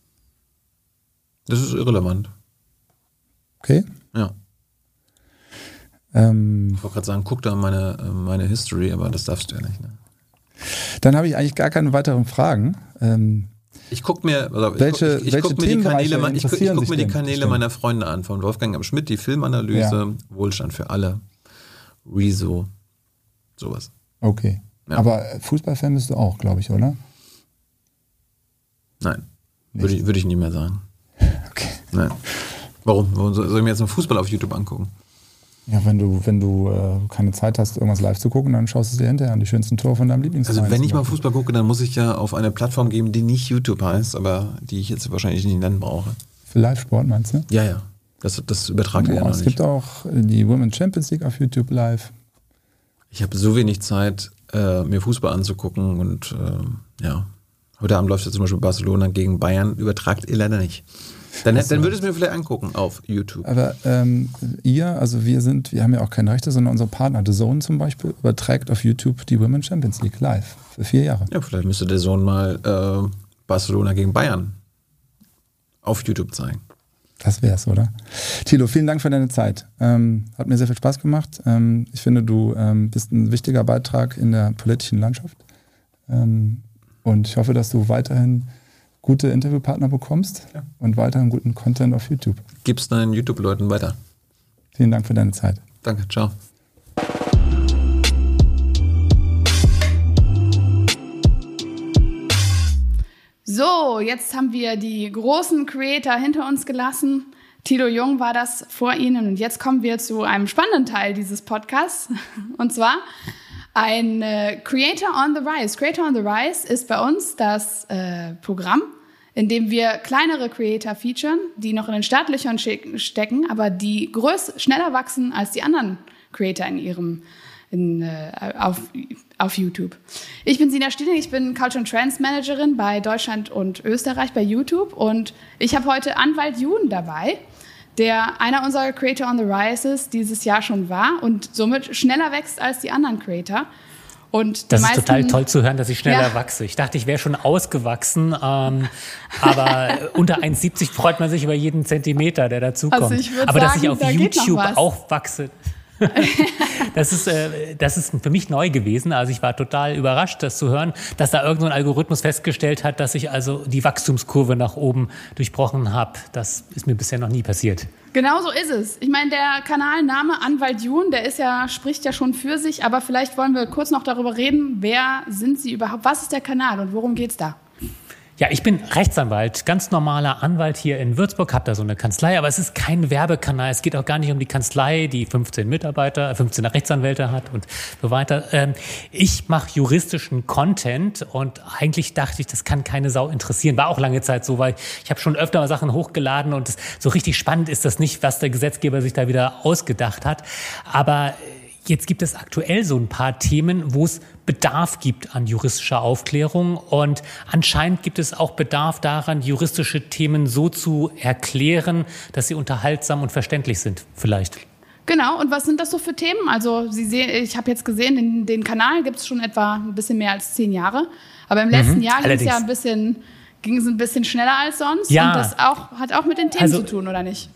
Das ist irrelevant. Okay. Ja. Ähm, ich wollte gerade sagen, guck da meine, meine History, aber das darfst du ja nicht. Ne? Dann habe ich eigentlich gar keine weiteren Fragen. Ähm, ich gucke mir, also welche, ich, ich, ich welche guck mir die Kanäle, ich, ich guck mir die Kanäle bestimmt? meiner Freunde an, von Wolfgang M. Schmidt, die Filmanalyse, ja. Wohlstand für alle, Rezo, sowas. Okay. Ja. Aber Fußballfan bist du auch, glaube ich, oder? Nein, würde ich, würde ich nie mehr sagen. Okay. Nein. Warum? Warum soll ich mir jetzt noch Fußball auf YouTube angucken? Ja, wenn du, wenn du äh, keine Zeit hast, irgendwas live zu gucken, dann schaust du dir hinterher an die schönsten Tore von deinem Lieblingsverein. Also wenn ich mal Fußball gucke, dann muss ich ja auf eine Plattform geben, die nicht YouTube heißt, aber die ich jetzt wahrscheinlich nicht nennen brauche. Für Live-Sport meinst du? Ja, ja. Das, das übertragt ihr oh, ja noch es nicht. Es gibt auch die Women's Champions League auf YouTube live. Ich habe so wenig Zeit, äh, mir Fußball anzugucken und äh, ja. Heute Abend läuft ja zum Beispiel Barcelona gegen Bayern, übertragt ihr leider nicht. Dann, dann würde ich es mir vielleicht angucken auf YouTube. Aber ähm, ihr, also wir sind, wir haben ja auch keine Rechte, sondern unser Partner, The Zone zum Beispiel, überträgt auf YouTube die Women's Champions League live für vier Jahre. Ja, vielleicht müsste der Sohn mal äh, Barcelona gegen Bayern auf YouTube zeigen. Das wär's, oder? Thilo, vielen Dank für deine Zeit. Ähm, hat mir sehr viel Spaß gemacht. Ähm, ich finde, du ähm, bist ein wichtiger Beitrag in der politischen Landschaft. Ähm, und ich hoffe, dass du weiterhin gute Interviewpartner bekommst ja. und weiterhin guten Content auf YouTube. Gib's deinen YouTube-Leuten weiter. Vielen Dank für deine Zeit. Danke, ciao. So, jetzt haben wir die großen Creator hinter uns gelassen. Thilo Jung war das vor Ihnen und jetzt kommen wir zu einem spannenden Teil dieses Podcasts und zwar ein äh, Creator on the Rise. Creator on the Rise ist bei uns das äh, Programm, in dem wir kleinere Creator featuren, die noch in den Startlöchern stecken, aber die größ- schneller wachsen als die anderen Creator in ihrem in, äh, auf, auf YouTube. Ich bin Sina Stieling, ich bin Culture and Trends Managerin bei Deutschland und Österreich bei YouTube und ich habe heute Anwalt Juden dabei, der einer unserer Creator on the Rises dieses Jahr schon war und somit schneller wächst als die anderen Creator. Und das meisten, ist total toll zu hören, dass ich schneller ja. wachse. Ich dachte, ich wäre schon ausgewachsen, ähm, aber unter eins Komma siebzig freut man sich über jeden Zentimeter, der dazukommt. Also ich würde aber sagen, dass ich auf da YouTube auch wachse, das ist, äh, das ist für mich neu gewesen. Also ich war total überrascht, das zu hören, dass da irgendein Algorithmus festgestellt hat, dass ich also die Wachstumskurve nach oben durchbrochen habe. Das ist mir bisher noch nie passiert. Genau so ist es. Ich meine, der Kanalname Anwalt Jun, der ist ja, spricht ja schon für sich, aber vielleicht wollen wir kurz noch darüber reden, wer sind Sie überhaupt, was ist der Kanal und worum geht's da? Ja, ich bin Rechtsanwalt, ganz normaler Anwalt hier in Würzburg, habe da so eine Kanzlei, aber es ist kein Werbekanal. Es geht auch gar nicht um die Kanzlei, die fünfzehn Mitarbeiter, fünfzehn Rechtsanwälte hat und so weiter. Ich mache juristischen Content und eigentlich dachte ich, das kann keine Sau interessieren. War auch lange Zeit so, weil ich habe schon öfter mal Sachen hochgeladen und so richtig spannend ist das nicht, was der Gesetzgeber sich da wieder ausgedacht hat. Aber jetzt gibt es aktuell so ein paar Themen, wo es Bedarf gibt an juristischer Aufklärung und anscheinend gibt es auch Bedarf daran, juristische Themen so zu erklären, dass sie unterhaltsam und verständlich sind, vielleicht. Genau, und was sind das so für Themen? Also Sie sehen, ich habe jetzt gesehen, den, den Kanal gibt es schon etwa ein bisschen mehr als zehn Jahre, aber im letzten mhm, Jahr ging es ja ein bisschen, ging es ein bisschen schneller als sonst ja, und das auch, hat auch mit den Themen also, zu tun, oder nicht?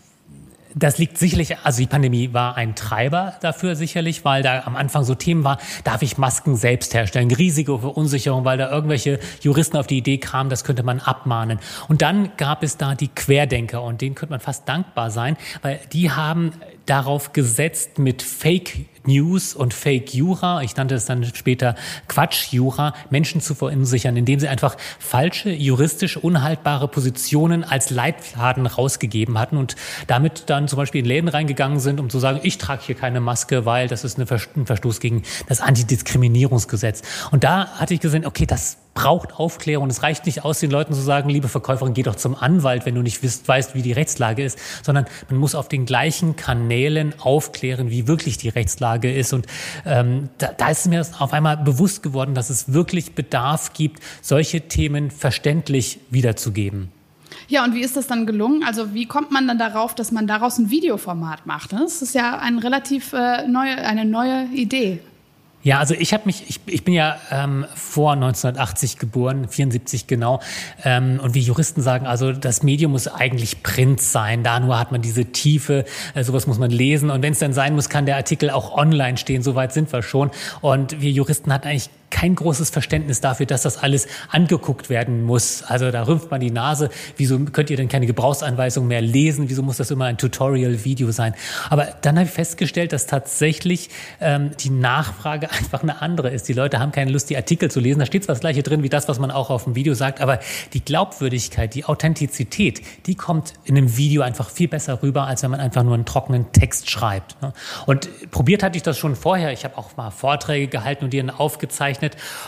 Das liegt sicherlich, also die Pandemie war ein Treiber dafür sicherlich, weil da am Anfang so Themen war, darf ich Masken selbst herstellen, riesige Verunsicherung, weil da irgendwelche Juristen auf die Idee kamen, das könnte man abmahnen. Und dann gab es da die Querdenker und denen könnte man fast dankbar sein, weil die haben darauf gesetzt mit Fake News und Fake Jura, ich nannte es dann später Quatsch-Jura, Menschen zu verunsichern, indem sie einfach falsche, juristisch unhaltbare Positionen als Leitfaden rausgegeben hatten und damit dann zum Beispiel in Läden reingegangen sind, um zu sagen, ich trage hier keine Maske, weil das ist ein Verstoß gegen das Antidiskriminierungsgesetz. Und da hatte ich gesehen, okay, das braucht Aufklärung. Es reicht nicht aus, den Leuten zu sagen, liebe Verkäuferin, geh doch zum Anwalt, wenn du nicht wisst, weißt, wie die Rechtslage ist, sondern man muss auf den gleichen Kanälen aufklären, wie wirklich die Rechtslage ist. Und ähm, da, da ist mir auf einmal bewusst geworden, dass es wirklich Bedarf gibt, solche Themen verständlich wiederzugeben. Ja, und wie ist das dann gelungen? Also wie kommt man dann darauf, dass man daraus ein Videoformat macht? Das ist ja ein relativ äh, neue, eine neue Idee. Ja, also ich habe mich, ich, ich bin ja ähm, vor neunzehnhundertachtzig geboren, vierundsiebzig genau, ähm, und wie Juristen sagen, also das Medium muss eigentlich Print sein, da nur hat man diese Tiefe, äh, sowas muss man lesen und wenn es dann sein muss, kann der Artikel auch online stehen, soweit sind wir schon und wir Juristen hatten eigentlich kein großes Verständnis dafür, dass das alles angeguckt werden muss. Also da rümpft man die Nase. Wieso könnt ihr denn keine Gebrauchsanweisung mehr lesen? Wieso muss das immer ein Tutorial-Video sein? Aber dann habe ich festgestellt, dass tatsächlich ähm, die Nachfrage einfach eine andere ist. Die Leute haben keine Lust, die Artikel zu lesen. Da steht zwar das Gleiche drin wie das, was man auch auf dem Video sagt, aber die Glaubwürdigkeit, die Authentizität, die kommt in einem Video einfach viel besser rüber, als wenn man einfach nur einen trockenen Text schreibt. Und probiert hatte ich das schon vorher. Ich habe auch mal Vorträge gehalten und die dann aufgezeichnet.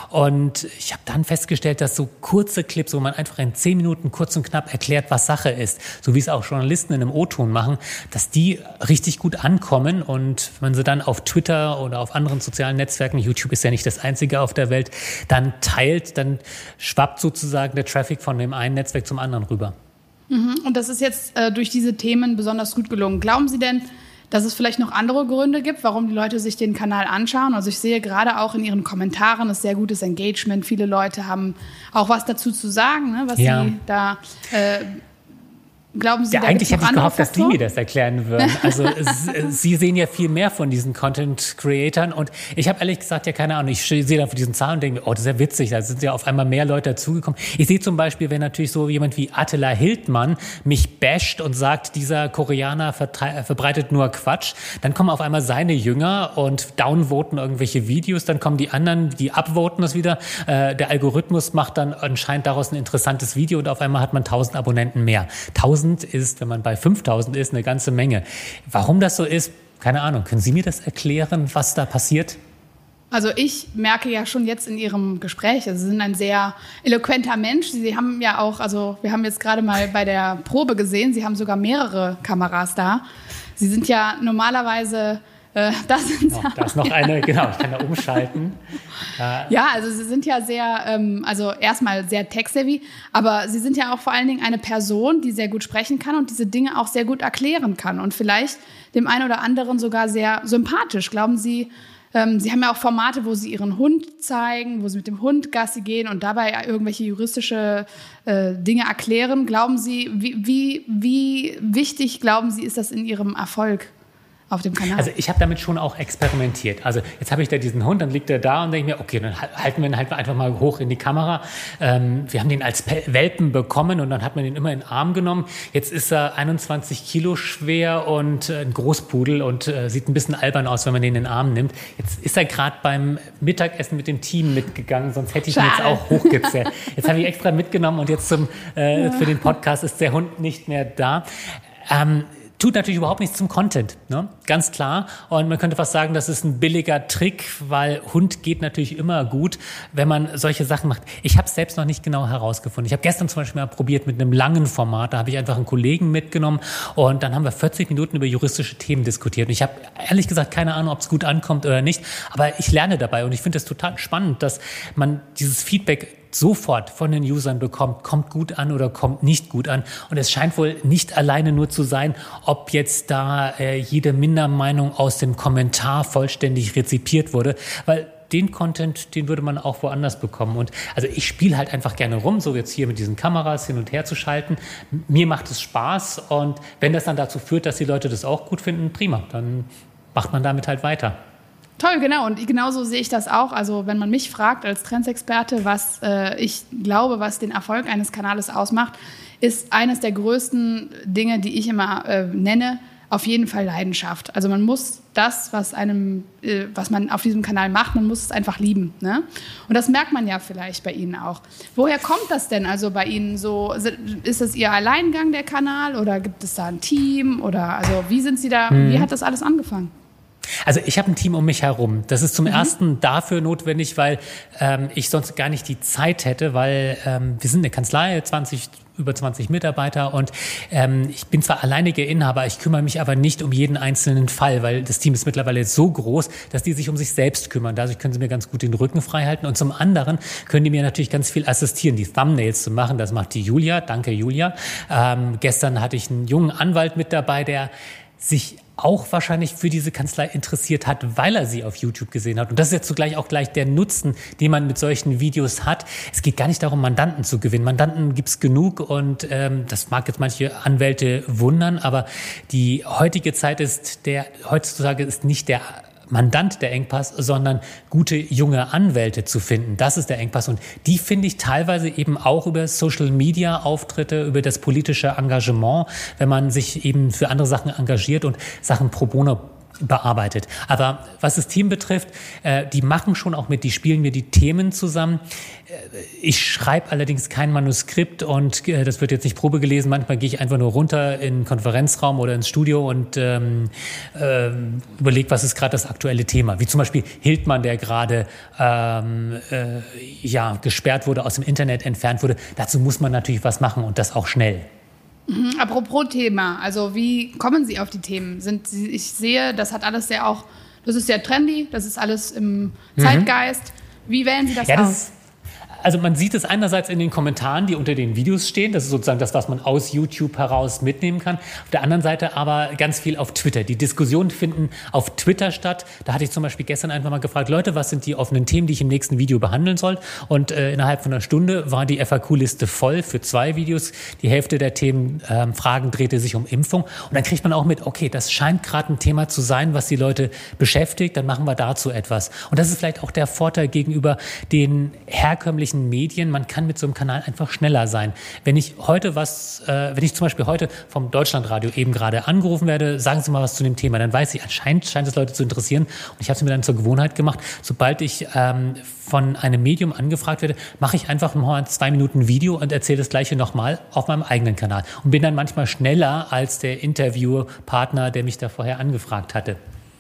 Und ich habe dann festgestellt, dass so kurze Clips, wo man einfach in zehn Minuten kurz und knapp erklärt, was Sache ist, so wie es auch Journalisten in einem O-Ton machen, dass die richtig gut ankommen. Und wenn man sie dann auf Twitter oder auf anderen sozialen Netzwerken, YouTube ist ja nicht das einzige auf der Welt, dann teilt, dann schwappt sozusagen der Traffic von dem einen Netzwerk zum anderen rüber. Mhm. Und das ist jetzt äh, durch diese Themen besonders gut gelungen. Glauben Sie denn, dass es vielleicht noch andere Gründe gibt, warum die Leute sich den Kanal anschauen? Also ich sehe gerade auch in Ihren Kommentaren ist sehr gutes Engagement. Viele Leute haben auch was dazu zu sagen, ne, was ja. sie da äh, glauben Sie, ja, da eigentlich hätte ich gehofft, dass Sie Faktoren? mir das erklären würden. Also Sie sehen ja viel mehr von diesen Content-Creatern und ich habe ehrlich gesagt ja keine Ahnung. Ich sehe dann von diesen Zahlen und denke mir, oh, das ist ja witzig, da sind ja auf einmal mehr Leute dazugekommen. Ich sehe zum Beispiel, wenn natürlich so jemand wie Attila Hildmann mich basht und sagt, dieser Koreaner verbreitet nur Quatsch, dann kommen auf einmal seine Jünger und downvoten irgendwelche Videos, dann kommen die anderen, die upvoten das wieder. Äh, der Algorithmus macht dann anscheinend daraus ein interessantes Video und auf einmal hat man tausend Abonnenten mehr. tausend ist, wenn man bei fünftausend ist, eine ganze Menge. Warum das so ist, keine Ahnung. Können Sie mir das erklären, was da passiert? Also ich merke ja schon jetzt in Ihrem Gespräch, also Sie sind ein sehr eloquenter Mensch. Sie haben ja auch, also wir haben jetzt gerade mal bei der Probe gesehen, Sie haben sogar mehrere Kameras da. Sie sind ja normalerweise, äh, da sind oh, da ist noch eine, genau, ich kann da umschalten. Äh, ja, also Sie sind ja sehr, ähm, also erstmal sehr tech-savvy, aber Sie sind ja auch vor allen Dingen eine Person, die sehr gut sprechen kann und diese Dinge auch sehr gut erklären kann und vielleicht dem einen oder anderen sogar sehr sympathisch. Glauben Sie, ähm, Sie haben ja auch Formate, wo Sie Ihren Hund zeigen, wo Sie mit dem Hund Gassi gehen und dabei irgendwelche juristische äh, Dinge erklären. Glauben Sie, wie, wie, wie wichtig, glauben Sie, ist das in Ihrem Erfolg? auf dem Kanal? Also ich habe damit schon auch experimentiert. Also jetzt habe ich da diesen Hund, dann liegt er da und denke mir, okay, dann halten wir ihn halt einfach mal hoch in die Kamera. Ähm, wir haben den als Welpen bekommen und dann hat man ihn immer in den Arm genommen. Jetzt ist er einundzwanzig Kilo schwer und äh, ein Großpudel und äh, sieht ein bisschen albern aus, wenn man den in den Arm nimmt. Jetzt ist er gerade beim Mittagessen mit dem Team mitgegangen, sonst hätte ich ihn jetzt auch hochgezerrt. Jetzt habe ich extra mitgenommen und jetzt zum, äh, ja. für den Podcast ist der Hund nicht mehr da. Ähm, Tut natürlich überhaupt nichts zum Content, ne? Ganz klar. Und man könnte fast sagen, das ist ein billiger Trick, weil Hund geht natürlich immer gut, wenn man solche Sachen macht. Ich habe es selbst noch nicht genau herausgefunden. Ich habe gestern zum Beispiel mal probiert mit einem langen Format. Da habe ich einfach einen Kollegen mitgenommen und dann haben wir vierzig Minuten über juristische Themen diskutiert. Und ich habe ehrlich gesagt keine Ahnung, ob es gut ankommt oder nicht. Aber ich lerne dabei und ich finde es total spannend, dass man dieses Feedback sofort von den Usern bekommt, kommt gut an oder kommt nicht gut an. Und es scheint wohl nicht alleine nur zu sein, ob jetzt da äh, jede Mindermeinung aus dem Kommentar vollständig rezipiert wurde, weil den Content, den würde man auch woanders bekommen. Und also ich spiele halt einfach gerne rum, so jetzt hier mit diesen Kameras hin und her zu schalten. Mir macht es Spaß und wenn das dann dazu führt, dass die Leute das auch gut finden, prima, dann macht man damit halt weiter. Toll, genau. Und genauso sehe ich das auch. Also wenn man mich fragt als Trendsexperte, was äh, ich glaube, was den Erfolg eines Kanales ausmacht, ist eines der größten Dinge, die ich immer äh, nenne, auf jeden Fall Leidenschaft. Also man muss das, was einem, äh, was man auf diesem Kanal macht, man muss es einfach lieben, ne? Und das merkt man ja vielleicht bei Ihnen auch. Woher kommt das denn also bei Ihnen so? Ist es Ihr Alleingang, der Kanal, oder gibt es da ein Team? Oder also wie sind Sie da, hm. wie hat das alles angefangen? Also ich habe ein Team um mich herum. Das ist zum mhm. ersten dafür notwendig, weil ähm, ich sonst gar nicht die Zeit hätte, weil ähm, wir sind eine Kanzlei, zwanzig, über zwanzig Mitarbeiter und ähm, ich bin zwar alleiniger Inhaber, ich kümmere mich aber nicht um jeden einzelnen Fall, weil das Team ist mittlerweile so groß, dass die sich um sich selbst kümmern. Dadurch können sie mir ganz gut den Rücken frei halten und zum anderen können die mir natürlich ganz viel assistieren, die Thumbnails zu machen. Das macht die Julia. Danke, Julia. Ähm, gestern hatte ich einen jungen Anwalt mit dabei, der sich auch wahrscheinlich für diese Kanzlei interessiert hat, weil er sie auf YouTube gesehen hat. Und das ist jetzt zugleich auch gleich der Nutzen, den man mit solchen Videos hat. Es geht gar nicht darum, Mandanten zu gewinnen. Mandanten gibt's genug und ähm, das mag jetzt manche Anwälte wundern, aber die heutige Zeit ist der, heutzutage ist nicht der Mandant der Engpass, sondern gute junge Anwälte zu finden. Das ist der Engpass und die finde ich teilweise eben auch über Social-Media-Auftritte, über das politische Engagement, wenn man sich eben für andere Sachen engagiert und Sachen pro bono bearbeitet. Aber was das Team betrifft, äh, die machen schon auch mit, die spielen mir die Themen zusammen. Äh, ich schreibe allerdings kein Manuskript und äh, das wird jetzt nicht Probe gelesen. Manchmal gehe ich einfach nur runter in den Konferenzraum oder ins Studio und ähm, äh, überlege, was ist gerade das aktuelle Thema. Wie zum Beispiel Hildmann, der gerade ähm, äh, ja, gesperrt wurde, aus dem Internet entfernt wurde. Dazu muss man natürlich was machen und das auch schnell. Mhm. Apropos Thema, also wie kommen Sie auf die Themen? Sind Sie, ich sehe, das hat alles sehr auch, das ist sehr trendy, das ist alles im mhm. Zeitgeist. Wie wählen Sie das ja, aus? Das, also man sieht es einerseits in den Kommentaren, die unter den Videos stehen. Das ist sozusagen das, was man aus YouTube heraus mitnehmen kann. Auf der anderen Seite aber ganz viel auf Twitter. Die Diskussionen finden auf Twitter statt. Da hatte ich zum Beispiel gestern einfach mal gefragt, Leute, was sind die offenen Themen, die ich im nächsten Video behandeln soll? Und äh, innerhalb von einer Stunde war die F A Q-Liste voll für zwei Videos. Die Hälfte der Themen, ähm, Fragen drehte sich um Impfung. Und dann kriegt man auch mit, okay, das scheint gerade ein Thema zu sein, was die Leute beschäftigt. Dann machen wir dazu etwas. Und das ist vielleicht auch der Vorteil gegenüber den herkömmlichen Medien, man kann mit so einem Kanal einfach schneller sein. Wenn ich heute was, äh, wenn ich zum Beispiel heute vom Deutschlandradio eben gerade angerufen werde, sagen Sie mal was zu dem Thema, dann weiß ich, anscheinend scheint es Leute zu interessieren und ich habe es mir dann zur Gewohnheit gemacht, sobald ich ähm, von einem Medium angefragt werde, mache ich einfach mal zwei Minuten Video und erzähle das Gleiche nochmal auf meinem eigenen Kanal und bin dann manchmal schneller als der Interviewpartner, der mich da vorher angefragt hatte.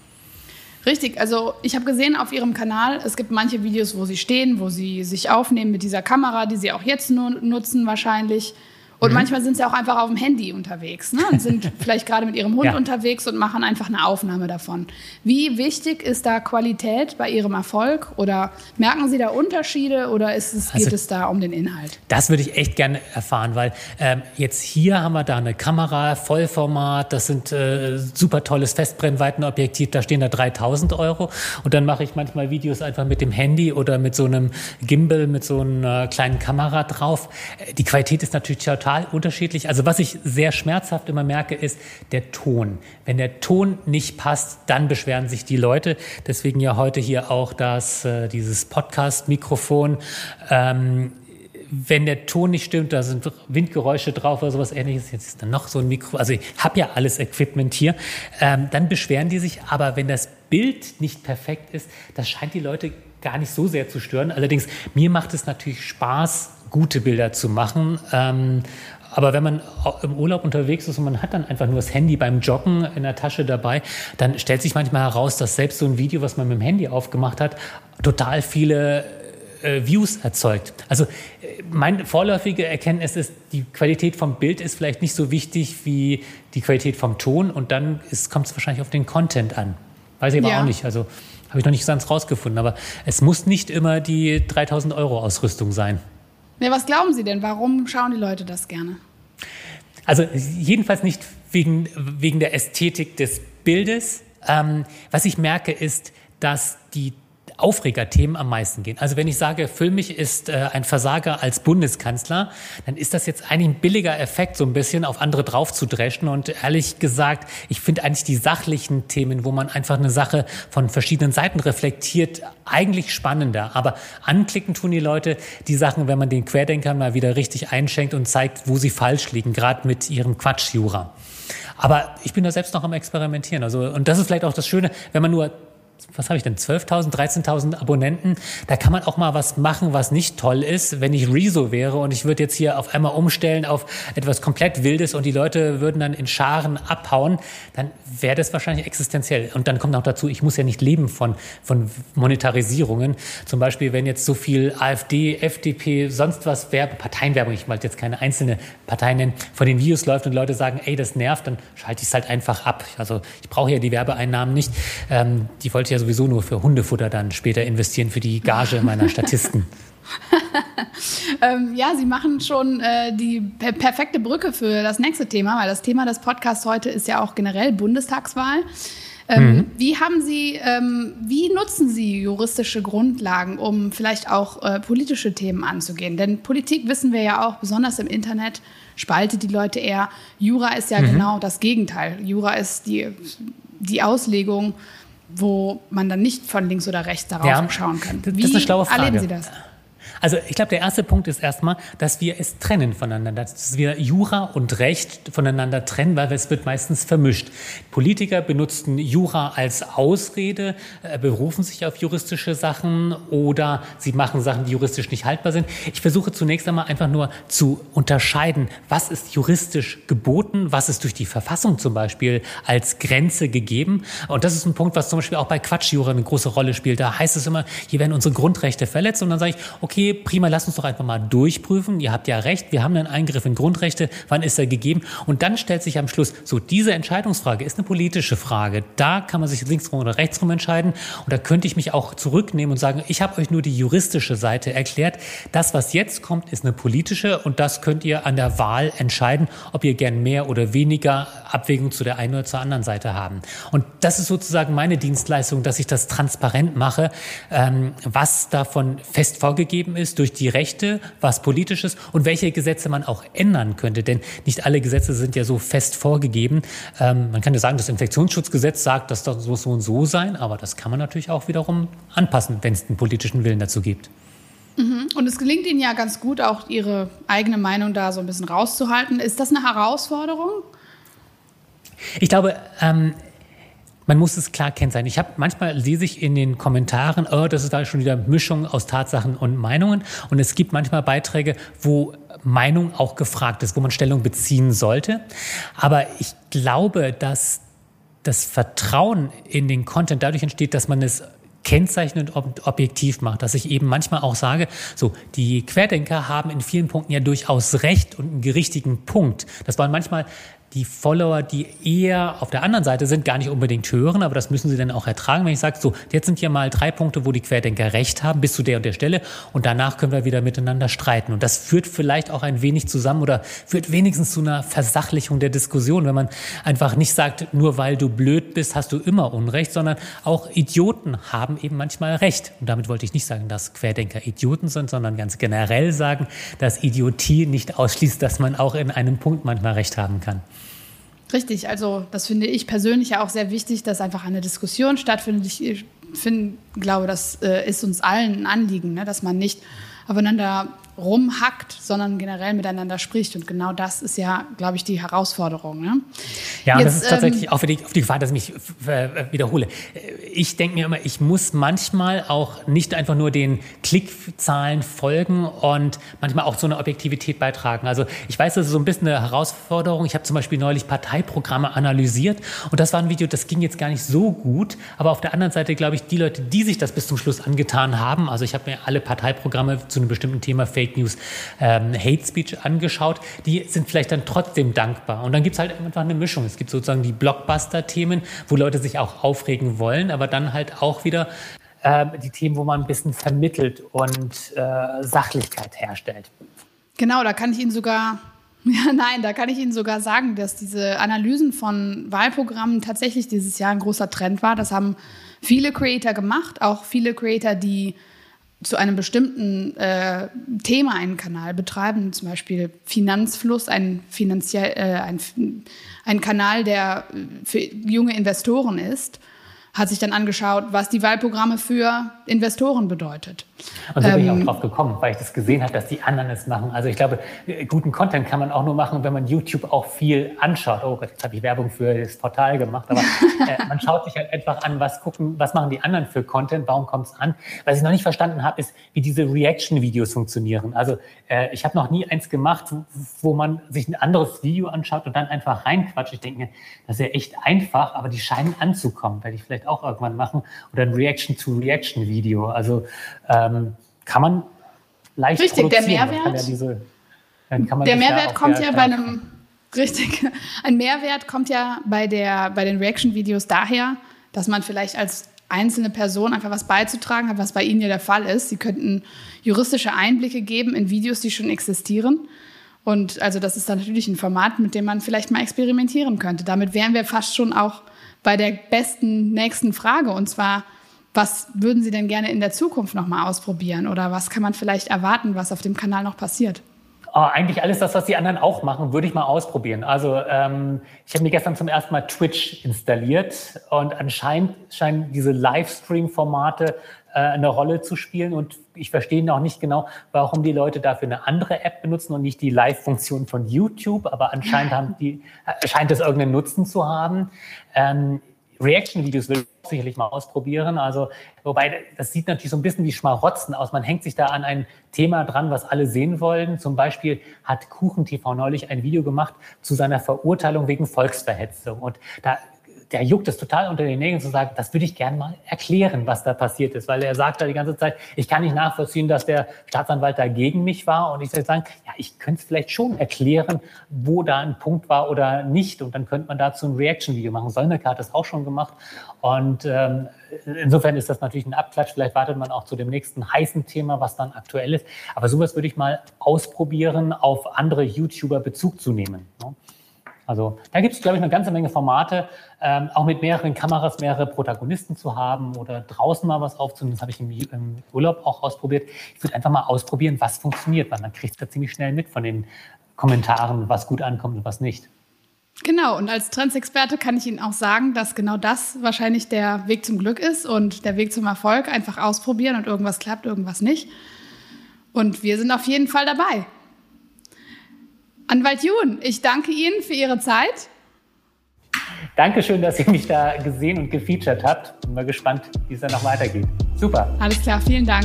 Richtig, also ich habe gesehen auf Ihrem Kanal, es gibt manche Videos, wo Sie stehen, wo Sie sich aufnehmen mit dieser Kamera, die Sie auch jetzt nur nutzen wahrscheinlich. Und mhm. manchmal sind Sie auch einfach auf dem Handy unterwegs, ne? Und sind vielleicht gerade mit Ihrem Hund ja. unterwegs und machen einfach eine Aufnahme davon. Wie wichtig ist da Qualität bei Ihrem Erfolg? Oder merken Sie da Unterschiede oder ist es, geht also, es da um den Inhalt? Das würde ich echt gerne erfahren, weil ähm, jetzt hier haben wir da eine Kamera, Vollformat, das sind äh, super tolles Festbrennweitenobjektiv, da stehen da dreitausend Euro. Und dann mache ich manchmal Videos einfach mit dem Handy oder mit so einem Gimbal, mit so einer kleinen Kamera drauf. Die Qualität ist natürlich total total unterschiedlich. Also was ich sehr schmerzhaft immer merke, ist der Ton. Wenn der Ton nicht passt, dann beschweren sich die Leute. Deswegen ja heute hier auch das, äh, dieses Podcast-Mikrofon. Ähm, wenn der Ton nicht stimmt, da sind Windgeräusche drauf oder sowas Ähnliches, jetzt ist dann noch so ein Mikro, also ich habe ja alles Equipment hier, ähm, dann beschweren die sich. Aber wenn das Bild nicht perfekt ist, das scheint die Leute gar nicht so sehr zu stören. Allerdings, mir macht es natürlich Spaß, gute Bilder zu machen. Ähm, aber wenn man im Urlaub unterwegs ist und man hat dann einfach nur das Handy beim Joggen in der Tasche dabei, dann stellt sich manchmal heraus, dass selbst so ein Video, was man mit dem Handy aufgemacht hat, total viele äh, Views erzeugt. Also äh, meine vorläufige Erkenntnis ist, die Qualität vom Bild ist vielleicht nicht so wichtig wie die Qualität vom Ton und dann kommt es wahrscheinlich auf den Content an. Weiß ich aber ja. auch nicht. Also habe ich noch nicht ganz rausgefunden. Aber es muss nicht immer die dreitausend Euro Ausrüstung sein. Ja, was glauben Sie denn? Warum schauen die Leute das gerne? Also jedenfalls nicht wegen, wegen der Ästhetik des Bildes. Ähm, was ich merke, ist, dass die Aufregerthemen am meisten gehen. Also wenn ich sage, Füllmich ist äh, ein Versager als Bundeskanzler, dann ist das jetzt eigentlich ein billiger Effekt, so ein bisschen auf andere draufzudreschen. Und ehrlich gesagt, ich finde eigentlich die sachlichen Themen, wo man einfach eine Sache von verschiedenen Seiten reflektiert, eigentlich spannender. Aber anklicken tun die Leute die Sachen, wenn man den Querdenkern mal wieder richtig einschenkt und zeigt, wo sie falsch liegen, gerade mit ihrem Quatschjura. Aber ich bin da selbst noch am Experimentieren. Also, und das ist vielleicht auch das Schöne, wenn man nur was habe ich denn, zwölftausend, dreizehntausend Abonnenten, da kann man auch mal was machen, was nicht toll ist. Wenn ich Rezo wäre und ich würde jetzt hier auf einmal umstellen auf etwas komplett Wildes und die Leute würden dann in Scharen abhauen, dann wäre das wahrscheinlich existenziell. Und dann kommt noch dazu, ich muss ja nicht leben von, von Monetarisierungen. Zum Beispiel, wenn jetzt so viel AfD, F D P, sonst was Werbe, Parteienwerbung, ich wollte jetzt keine einzelne Partei nennen, von den Videos läuft und Leute sagen, ey, das nervt, dann schalte ich es halt einfach ab. Also ich brauche ja die Werbeeinnahmen nicht. Ähm, die wollte ich ja sowieso nur für Hundefutter dann später investieren, für die Gage meiner Statisten. ähm, ja, Sie machen schon äh, die per- perfekte Brücke für das nächste Thema, weil das Thema des Podcasts heute ist ja auch generell Bundestagswahl. Ähm, mhm. Wie haben Sie, ähm, wie nutzen Sie juristische Grundlagen, um vielleicht auch äh, politische Themen anzugehen? Denn Politik, wissen wir ja auch, besonders im Internet, spaltet die Leute eher. Jura ist ja mhm. genau das Gegenteil. Jura ist die, die Auslegung, wo man dann nicht von links oder rechts darauf ja, schauen kann. Wie das ist eine schlaue Frage. Erleben Sie das? Also ich glaube, der erste Punkt ist erstmal, dass wir es trennen voneinander, dass wir Jura und Recht voneinander trennen, weil es wird meistens vermischt. Politiker benutzen Jura als Ausrede, äh, berufen sich auf juristische Sachen oder sie machen Sachen, die juristisch nicht haltbar sind. Ich versuche zunächst einmal einfach nur zu unterscheiden, was ist juristisch geboten, was ist durch die Verfassung zum Beispiel als Grenze gegeben. Und das ist ein Punkt, was zum Beispiel auch bei Quatschjura eine große Rolle spielt. Da heißt es immer, hier werden unsere Grundrechte verletzt und dann sage ich, okay, prima, lass uns doch einfach mal durchprüfen. Ihr habt ja recht, wir haben einen Eingriff in Grundrechte. Wann ist er gegeben? Und dann stellt sich am Schluss, so diese Entscheidungsfrage ist eine politische Frage. Da kann man sich linksrum oder rechtsrum entscheiden. Und da könnte ich mich auch zurücknehmen und sagen, ich habe euch nur die juristische Seite erklärt. Das, was jetzt kommt, ist eine politische. Und das könnt ihr an der Wahl entscheiden, ob ihr gern mehr oder weniger Abwägung zu der einen oder zur anderen Seite haben. Und das ist sozusagen meine Dienstleistung, dass ich das transparent mache, ähm, was davon fest vorgegeben ist durch die Rechte, was Politisches und welche Gesetze man auch ändern könnte. Denn nicht alle Gesetze sind ja so fest vorgegeben. Ähm, man kann ja sagen, das Infektionsschutzgesetz sagt, dass das so und so sein, aber das kann man natürlich auch wiederum anpassen, wenn es einen politischen Willen dazu gibt. Mhm. Und es gelingt Ihnen ja ganz gut, auch Ihre eigene Meinung da so ein bisschen rauszuhalten. Ist das eine Herausforderung? Ich glaube, ähm, man muss es klar kennzeichnen. Ich habe manchmal lese ich in den Kommentaren, oh, das ist da schon wieder Mischung aus Tatsachen und Meinungen. Und es gibt manchmal Beiträge, wo Meinung auch gefragt ist, wo man Stellung beziehen sollte. Aber ich glaube, dass das Vertrauen in den Content dadurch entsteht, dass man es kennzeichnend und objektiv macht, dass ich eben manchmal auch sage, so, die Querdenker haben in vielen Punkten ja durchaus recht und einen richtigen Punkt. Das waren manchmal die Follower, die eher auf der anderen Seite sind, gar nicht unbedingt hören, aber das müssen sie dann auch ertragen, wenn ich sage, so, jetzt sind hier mal drei Punkte, wo die Querdenker recht haben, bis zu der und der Stelle und danach können wir wieder miteinander streiten. Und das führt vielleicht auch ein wenig zusammen oder führt wenigstens zu einer Versachlichung der Diskussion, wenn man einfach nicht sagt, nur weil du blöd bist, hast du immer Unrecht, sondern auch Idioten haben eben manchmal Recht. Und damit wollte ich nicht sagen, dass Querdenker Idioten sind, sondern ganz generell sagen, dass Idiotie nicht ausschließt, dass man auch in einem Punkt manchmal Recht haben kann. Richtig, also das finde ich persönlich ja auch sehr wichtig, dass einfach eine Diskussion stattfindet. Ich find, glaube, das äh, ist uns allen ein Anliegen, ne? Dass man nicht aufeinander rumhackt, sondern generell miteinander spricht. Und genau das ist ja, glaube ich, die Herausforderung. Ne? Ja, und Jetzt, das ist tatsächlich ähm, auch für die, auf die Gefahr, dass ich mich äh, wiederhole. Ich denke mir immer, ich muss manchmal auch nicht einfach nur den Klickzahlen folgen und manchmal auch so eine Objektivität beitragen. Also ich weiß, das ist so ein bisschen eine Herausforderung. Ich habe zum Beispiel neulich Parteiprogramme analysiert und das war ein Video, das ging jetzt gar nicht so gut. Aber auf der anderen Seite, glaube ich, die Leute, die sich das bis zum Schluss angetan haben, also ich habe mir alle Parteiprogramme zu einem bestimmten Thema Fake News, ähm, Hate Speech angeschaut, die sind vielleicht dann trotzdem dankbar. Und dann gibt es halt einfach eine Mischung. Es gibt sozusagen die Blockbuster-Themen, wo Leute sich auch aufregen wollen, aber dann halt auch wieder äh, die Themen, wo man ein bisschen vermittelt und äh, Sachlichkeit herstellt. Genau, da kann ich Ihnen sogar, ja, nein, da kann ich Ihnen sogar sagen, dass diese Analysen von Wahlprogrammen tatsächlich dieses Jahr ein großer Trend war. Das haben viele Creator gemacht, auch viele Creator, die zu einem bestimmten äh, Thema einen Kanal betreiben, zum Beispiel Finanzfluss, ein, finanziell, äh, ein, ein Kanal, der für junge Investoren ist, hat sich dann angeschaut, was die Wahlprogramme für Investoren bedeutet. Und so bin ähm, ich auch drauf gekommen, weil ich das gesehen habe, dass die anderen es machen. Also ich glaube, guten Content kann man auch nur machen, wenn man YouTube auch viel anschaut. Oh Gott, jetzt habe ich Werbung für das Portal gemacht, aber äh, man schaut sich halt einfach an, was gucken, was machen die anderen für Content, warum kommt es an. Was ich noch nicht verstanden habe, ist, wie diese Reaction-Videos funktionieren. Also äh, ich habe noch nie eins gemacht, wo man sich ein anderes Video anschaut und dann einfach reinquatscht. Ich denke mir, das ist ja echt einfach, aber die scheinen anzukommen, werde ich vielleicht auch irgendwann machen. Oder ein Reaction-to-Reaction-Video. Also ähm, kann man leicht Richtig, produzieren. der Mehrwert, kann ja diese, dann kann man der Mehrwert kommt ja bei machen. einem, richtig, ein Mehrwert kommt ja bei, der, bei den Reaction-Videos daher, dass man vielleicht als einzelne Person einfach was beizutragen hat, was bei Ihnen ja der Fall ist. Sie könnten juristische Einblicke geben in Videos, die schon existieren. Und also das ist dann natürlich ein Format, mit dem man vielleicht mal experimentieren könnte. Damit wären wir fast schon auch bei der besten nächsten Frage. Und zwar, was würden Sie denn gerne in der Zukunft noch mal ausprobieren? Oder was kann man vielleicht erwarten, was auf dem Kanal noch passiert? Oh, eigentlich alles das, was die anderen auch machen, würde ich mal ausprobieren. Also ähm, ich habe mir gestern zum ersten Mal Twitch installiert und anscheinend scheinen diese Livestream-Formate äh, eine Rolle zu spielen und ich verstehe noch nicht genau, warum die Leute dafür eine andere App benutzen und nicht die Live-Funktion von YouTube, aber anscheinend haben die, äh, scheint es irgendeinen Nutzen zu haben. Ähm, Reaction-Videos will ich sicherlich mal ausprobieren. Also, wobei, das sieht natürlich so ein bisschen wie Schmarotzen aus. Man hängt sich da an ein Thema dran, was alle sehen wollen. Zum Beispiel hat KuchenTV neulich ein Video gemacht zu seiner Verurteilung wegen Volksverhetzung. Und da, der juckt es total unter den Nägeln zu sagen, das würde ich gerne mal erklären, was da passiert ist. Weil er sagt da die ganze Zeit, ich kann nicht nachvollziehen, dass der Staatsanwalt da gegen mich war. Und ich soll sagen, ja, ich könnte es vielleicht schon erklären, wo da ein Punkt war oder nicht. Und dann könnte man dazu ein Reaction-Video machen. Solmecke hat das auch schon gemacht. Und ähm, insofern ist das natürlich ein Abklatsch. Vielleicht wartet man auch zu dem nächsten heißen Thema, was dann aktuell ist. Aber sowas würde ich mal ausprobieren, auf andere YouTuber Bezug zu nehmen. Ne? Also da gibt es, glaube ich, eine ganze Menge Formate, ähm, auch mit mehreren Kameras, mehrere Protagonisten zu haben oder draußen mal was aufzunehmen. Das habe ich im, im Urlaub auch ausprobiert. Ich würde einfach mal ausprobieren, was funktioniert, weil man kriegt es ja ziemlich schnell mit von den Kommentaren, was gut ankommt und was nicht. Genau, und als Trendsexperte kann ich Ihnen auch sagen, dass genau das wahrscheinlich der Weg zum Glück ist und der Weg zum Erfolg. Einfach ausprobieren und irgendwas klappt, irgendwas nicht. Und wir sind auf jeden Fall dabei. Anwalt Jun, ich danke Ihnen für Ihre Zeit. Dankeschön, dass ihr mich da gesehen und gefeatured habt. Bin mal gespannt, wie es dann noch weitergeht. Super. Alles klar, vielen Dank.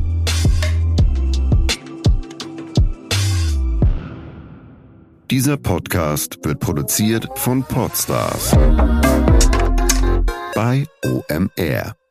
Dieser Podcast wird produziert von Podstars bei O M R.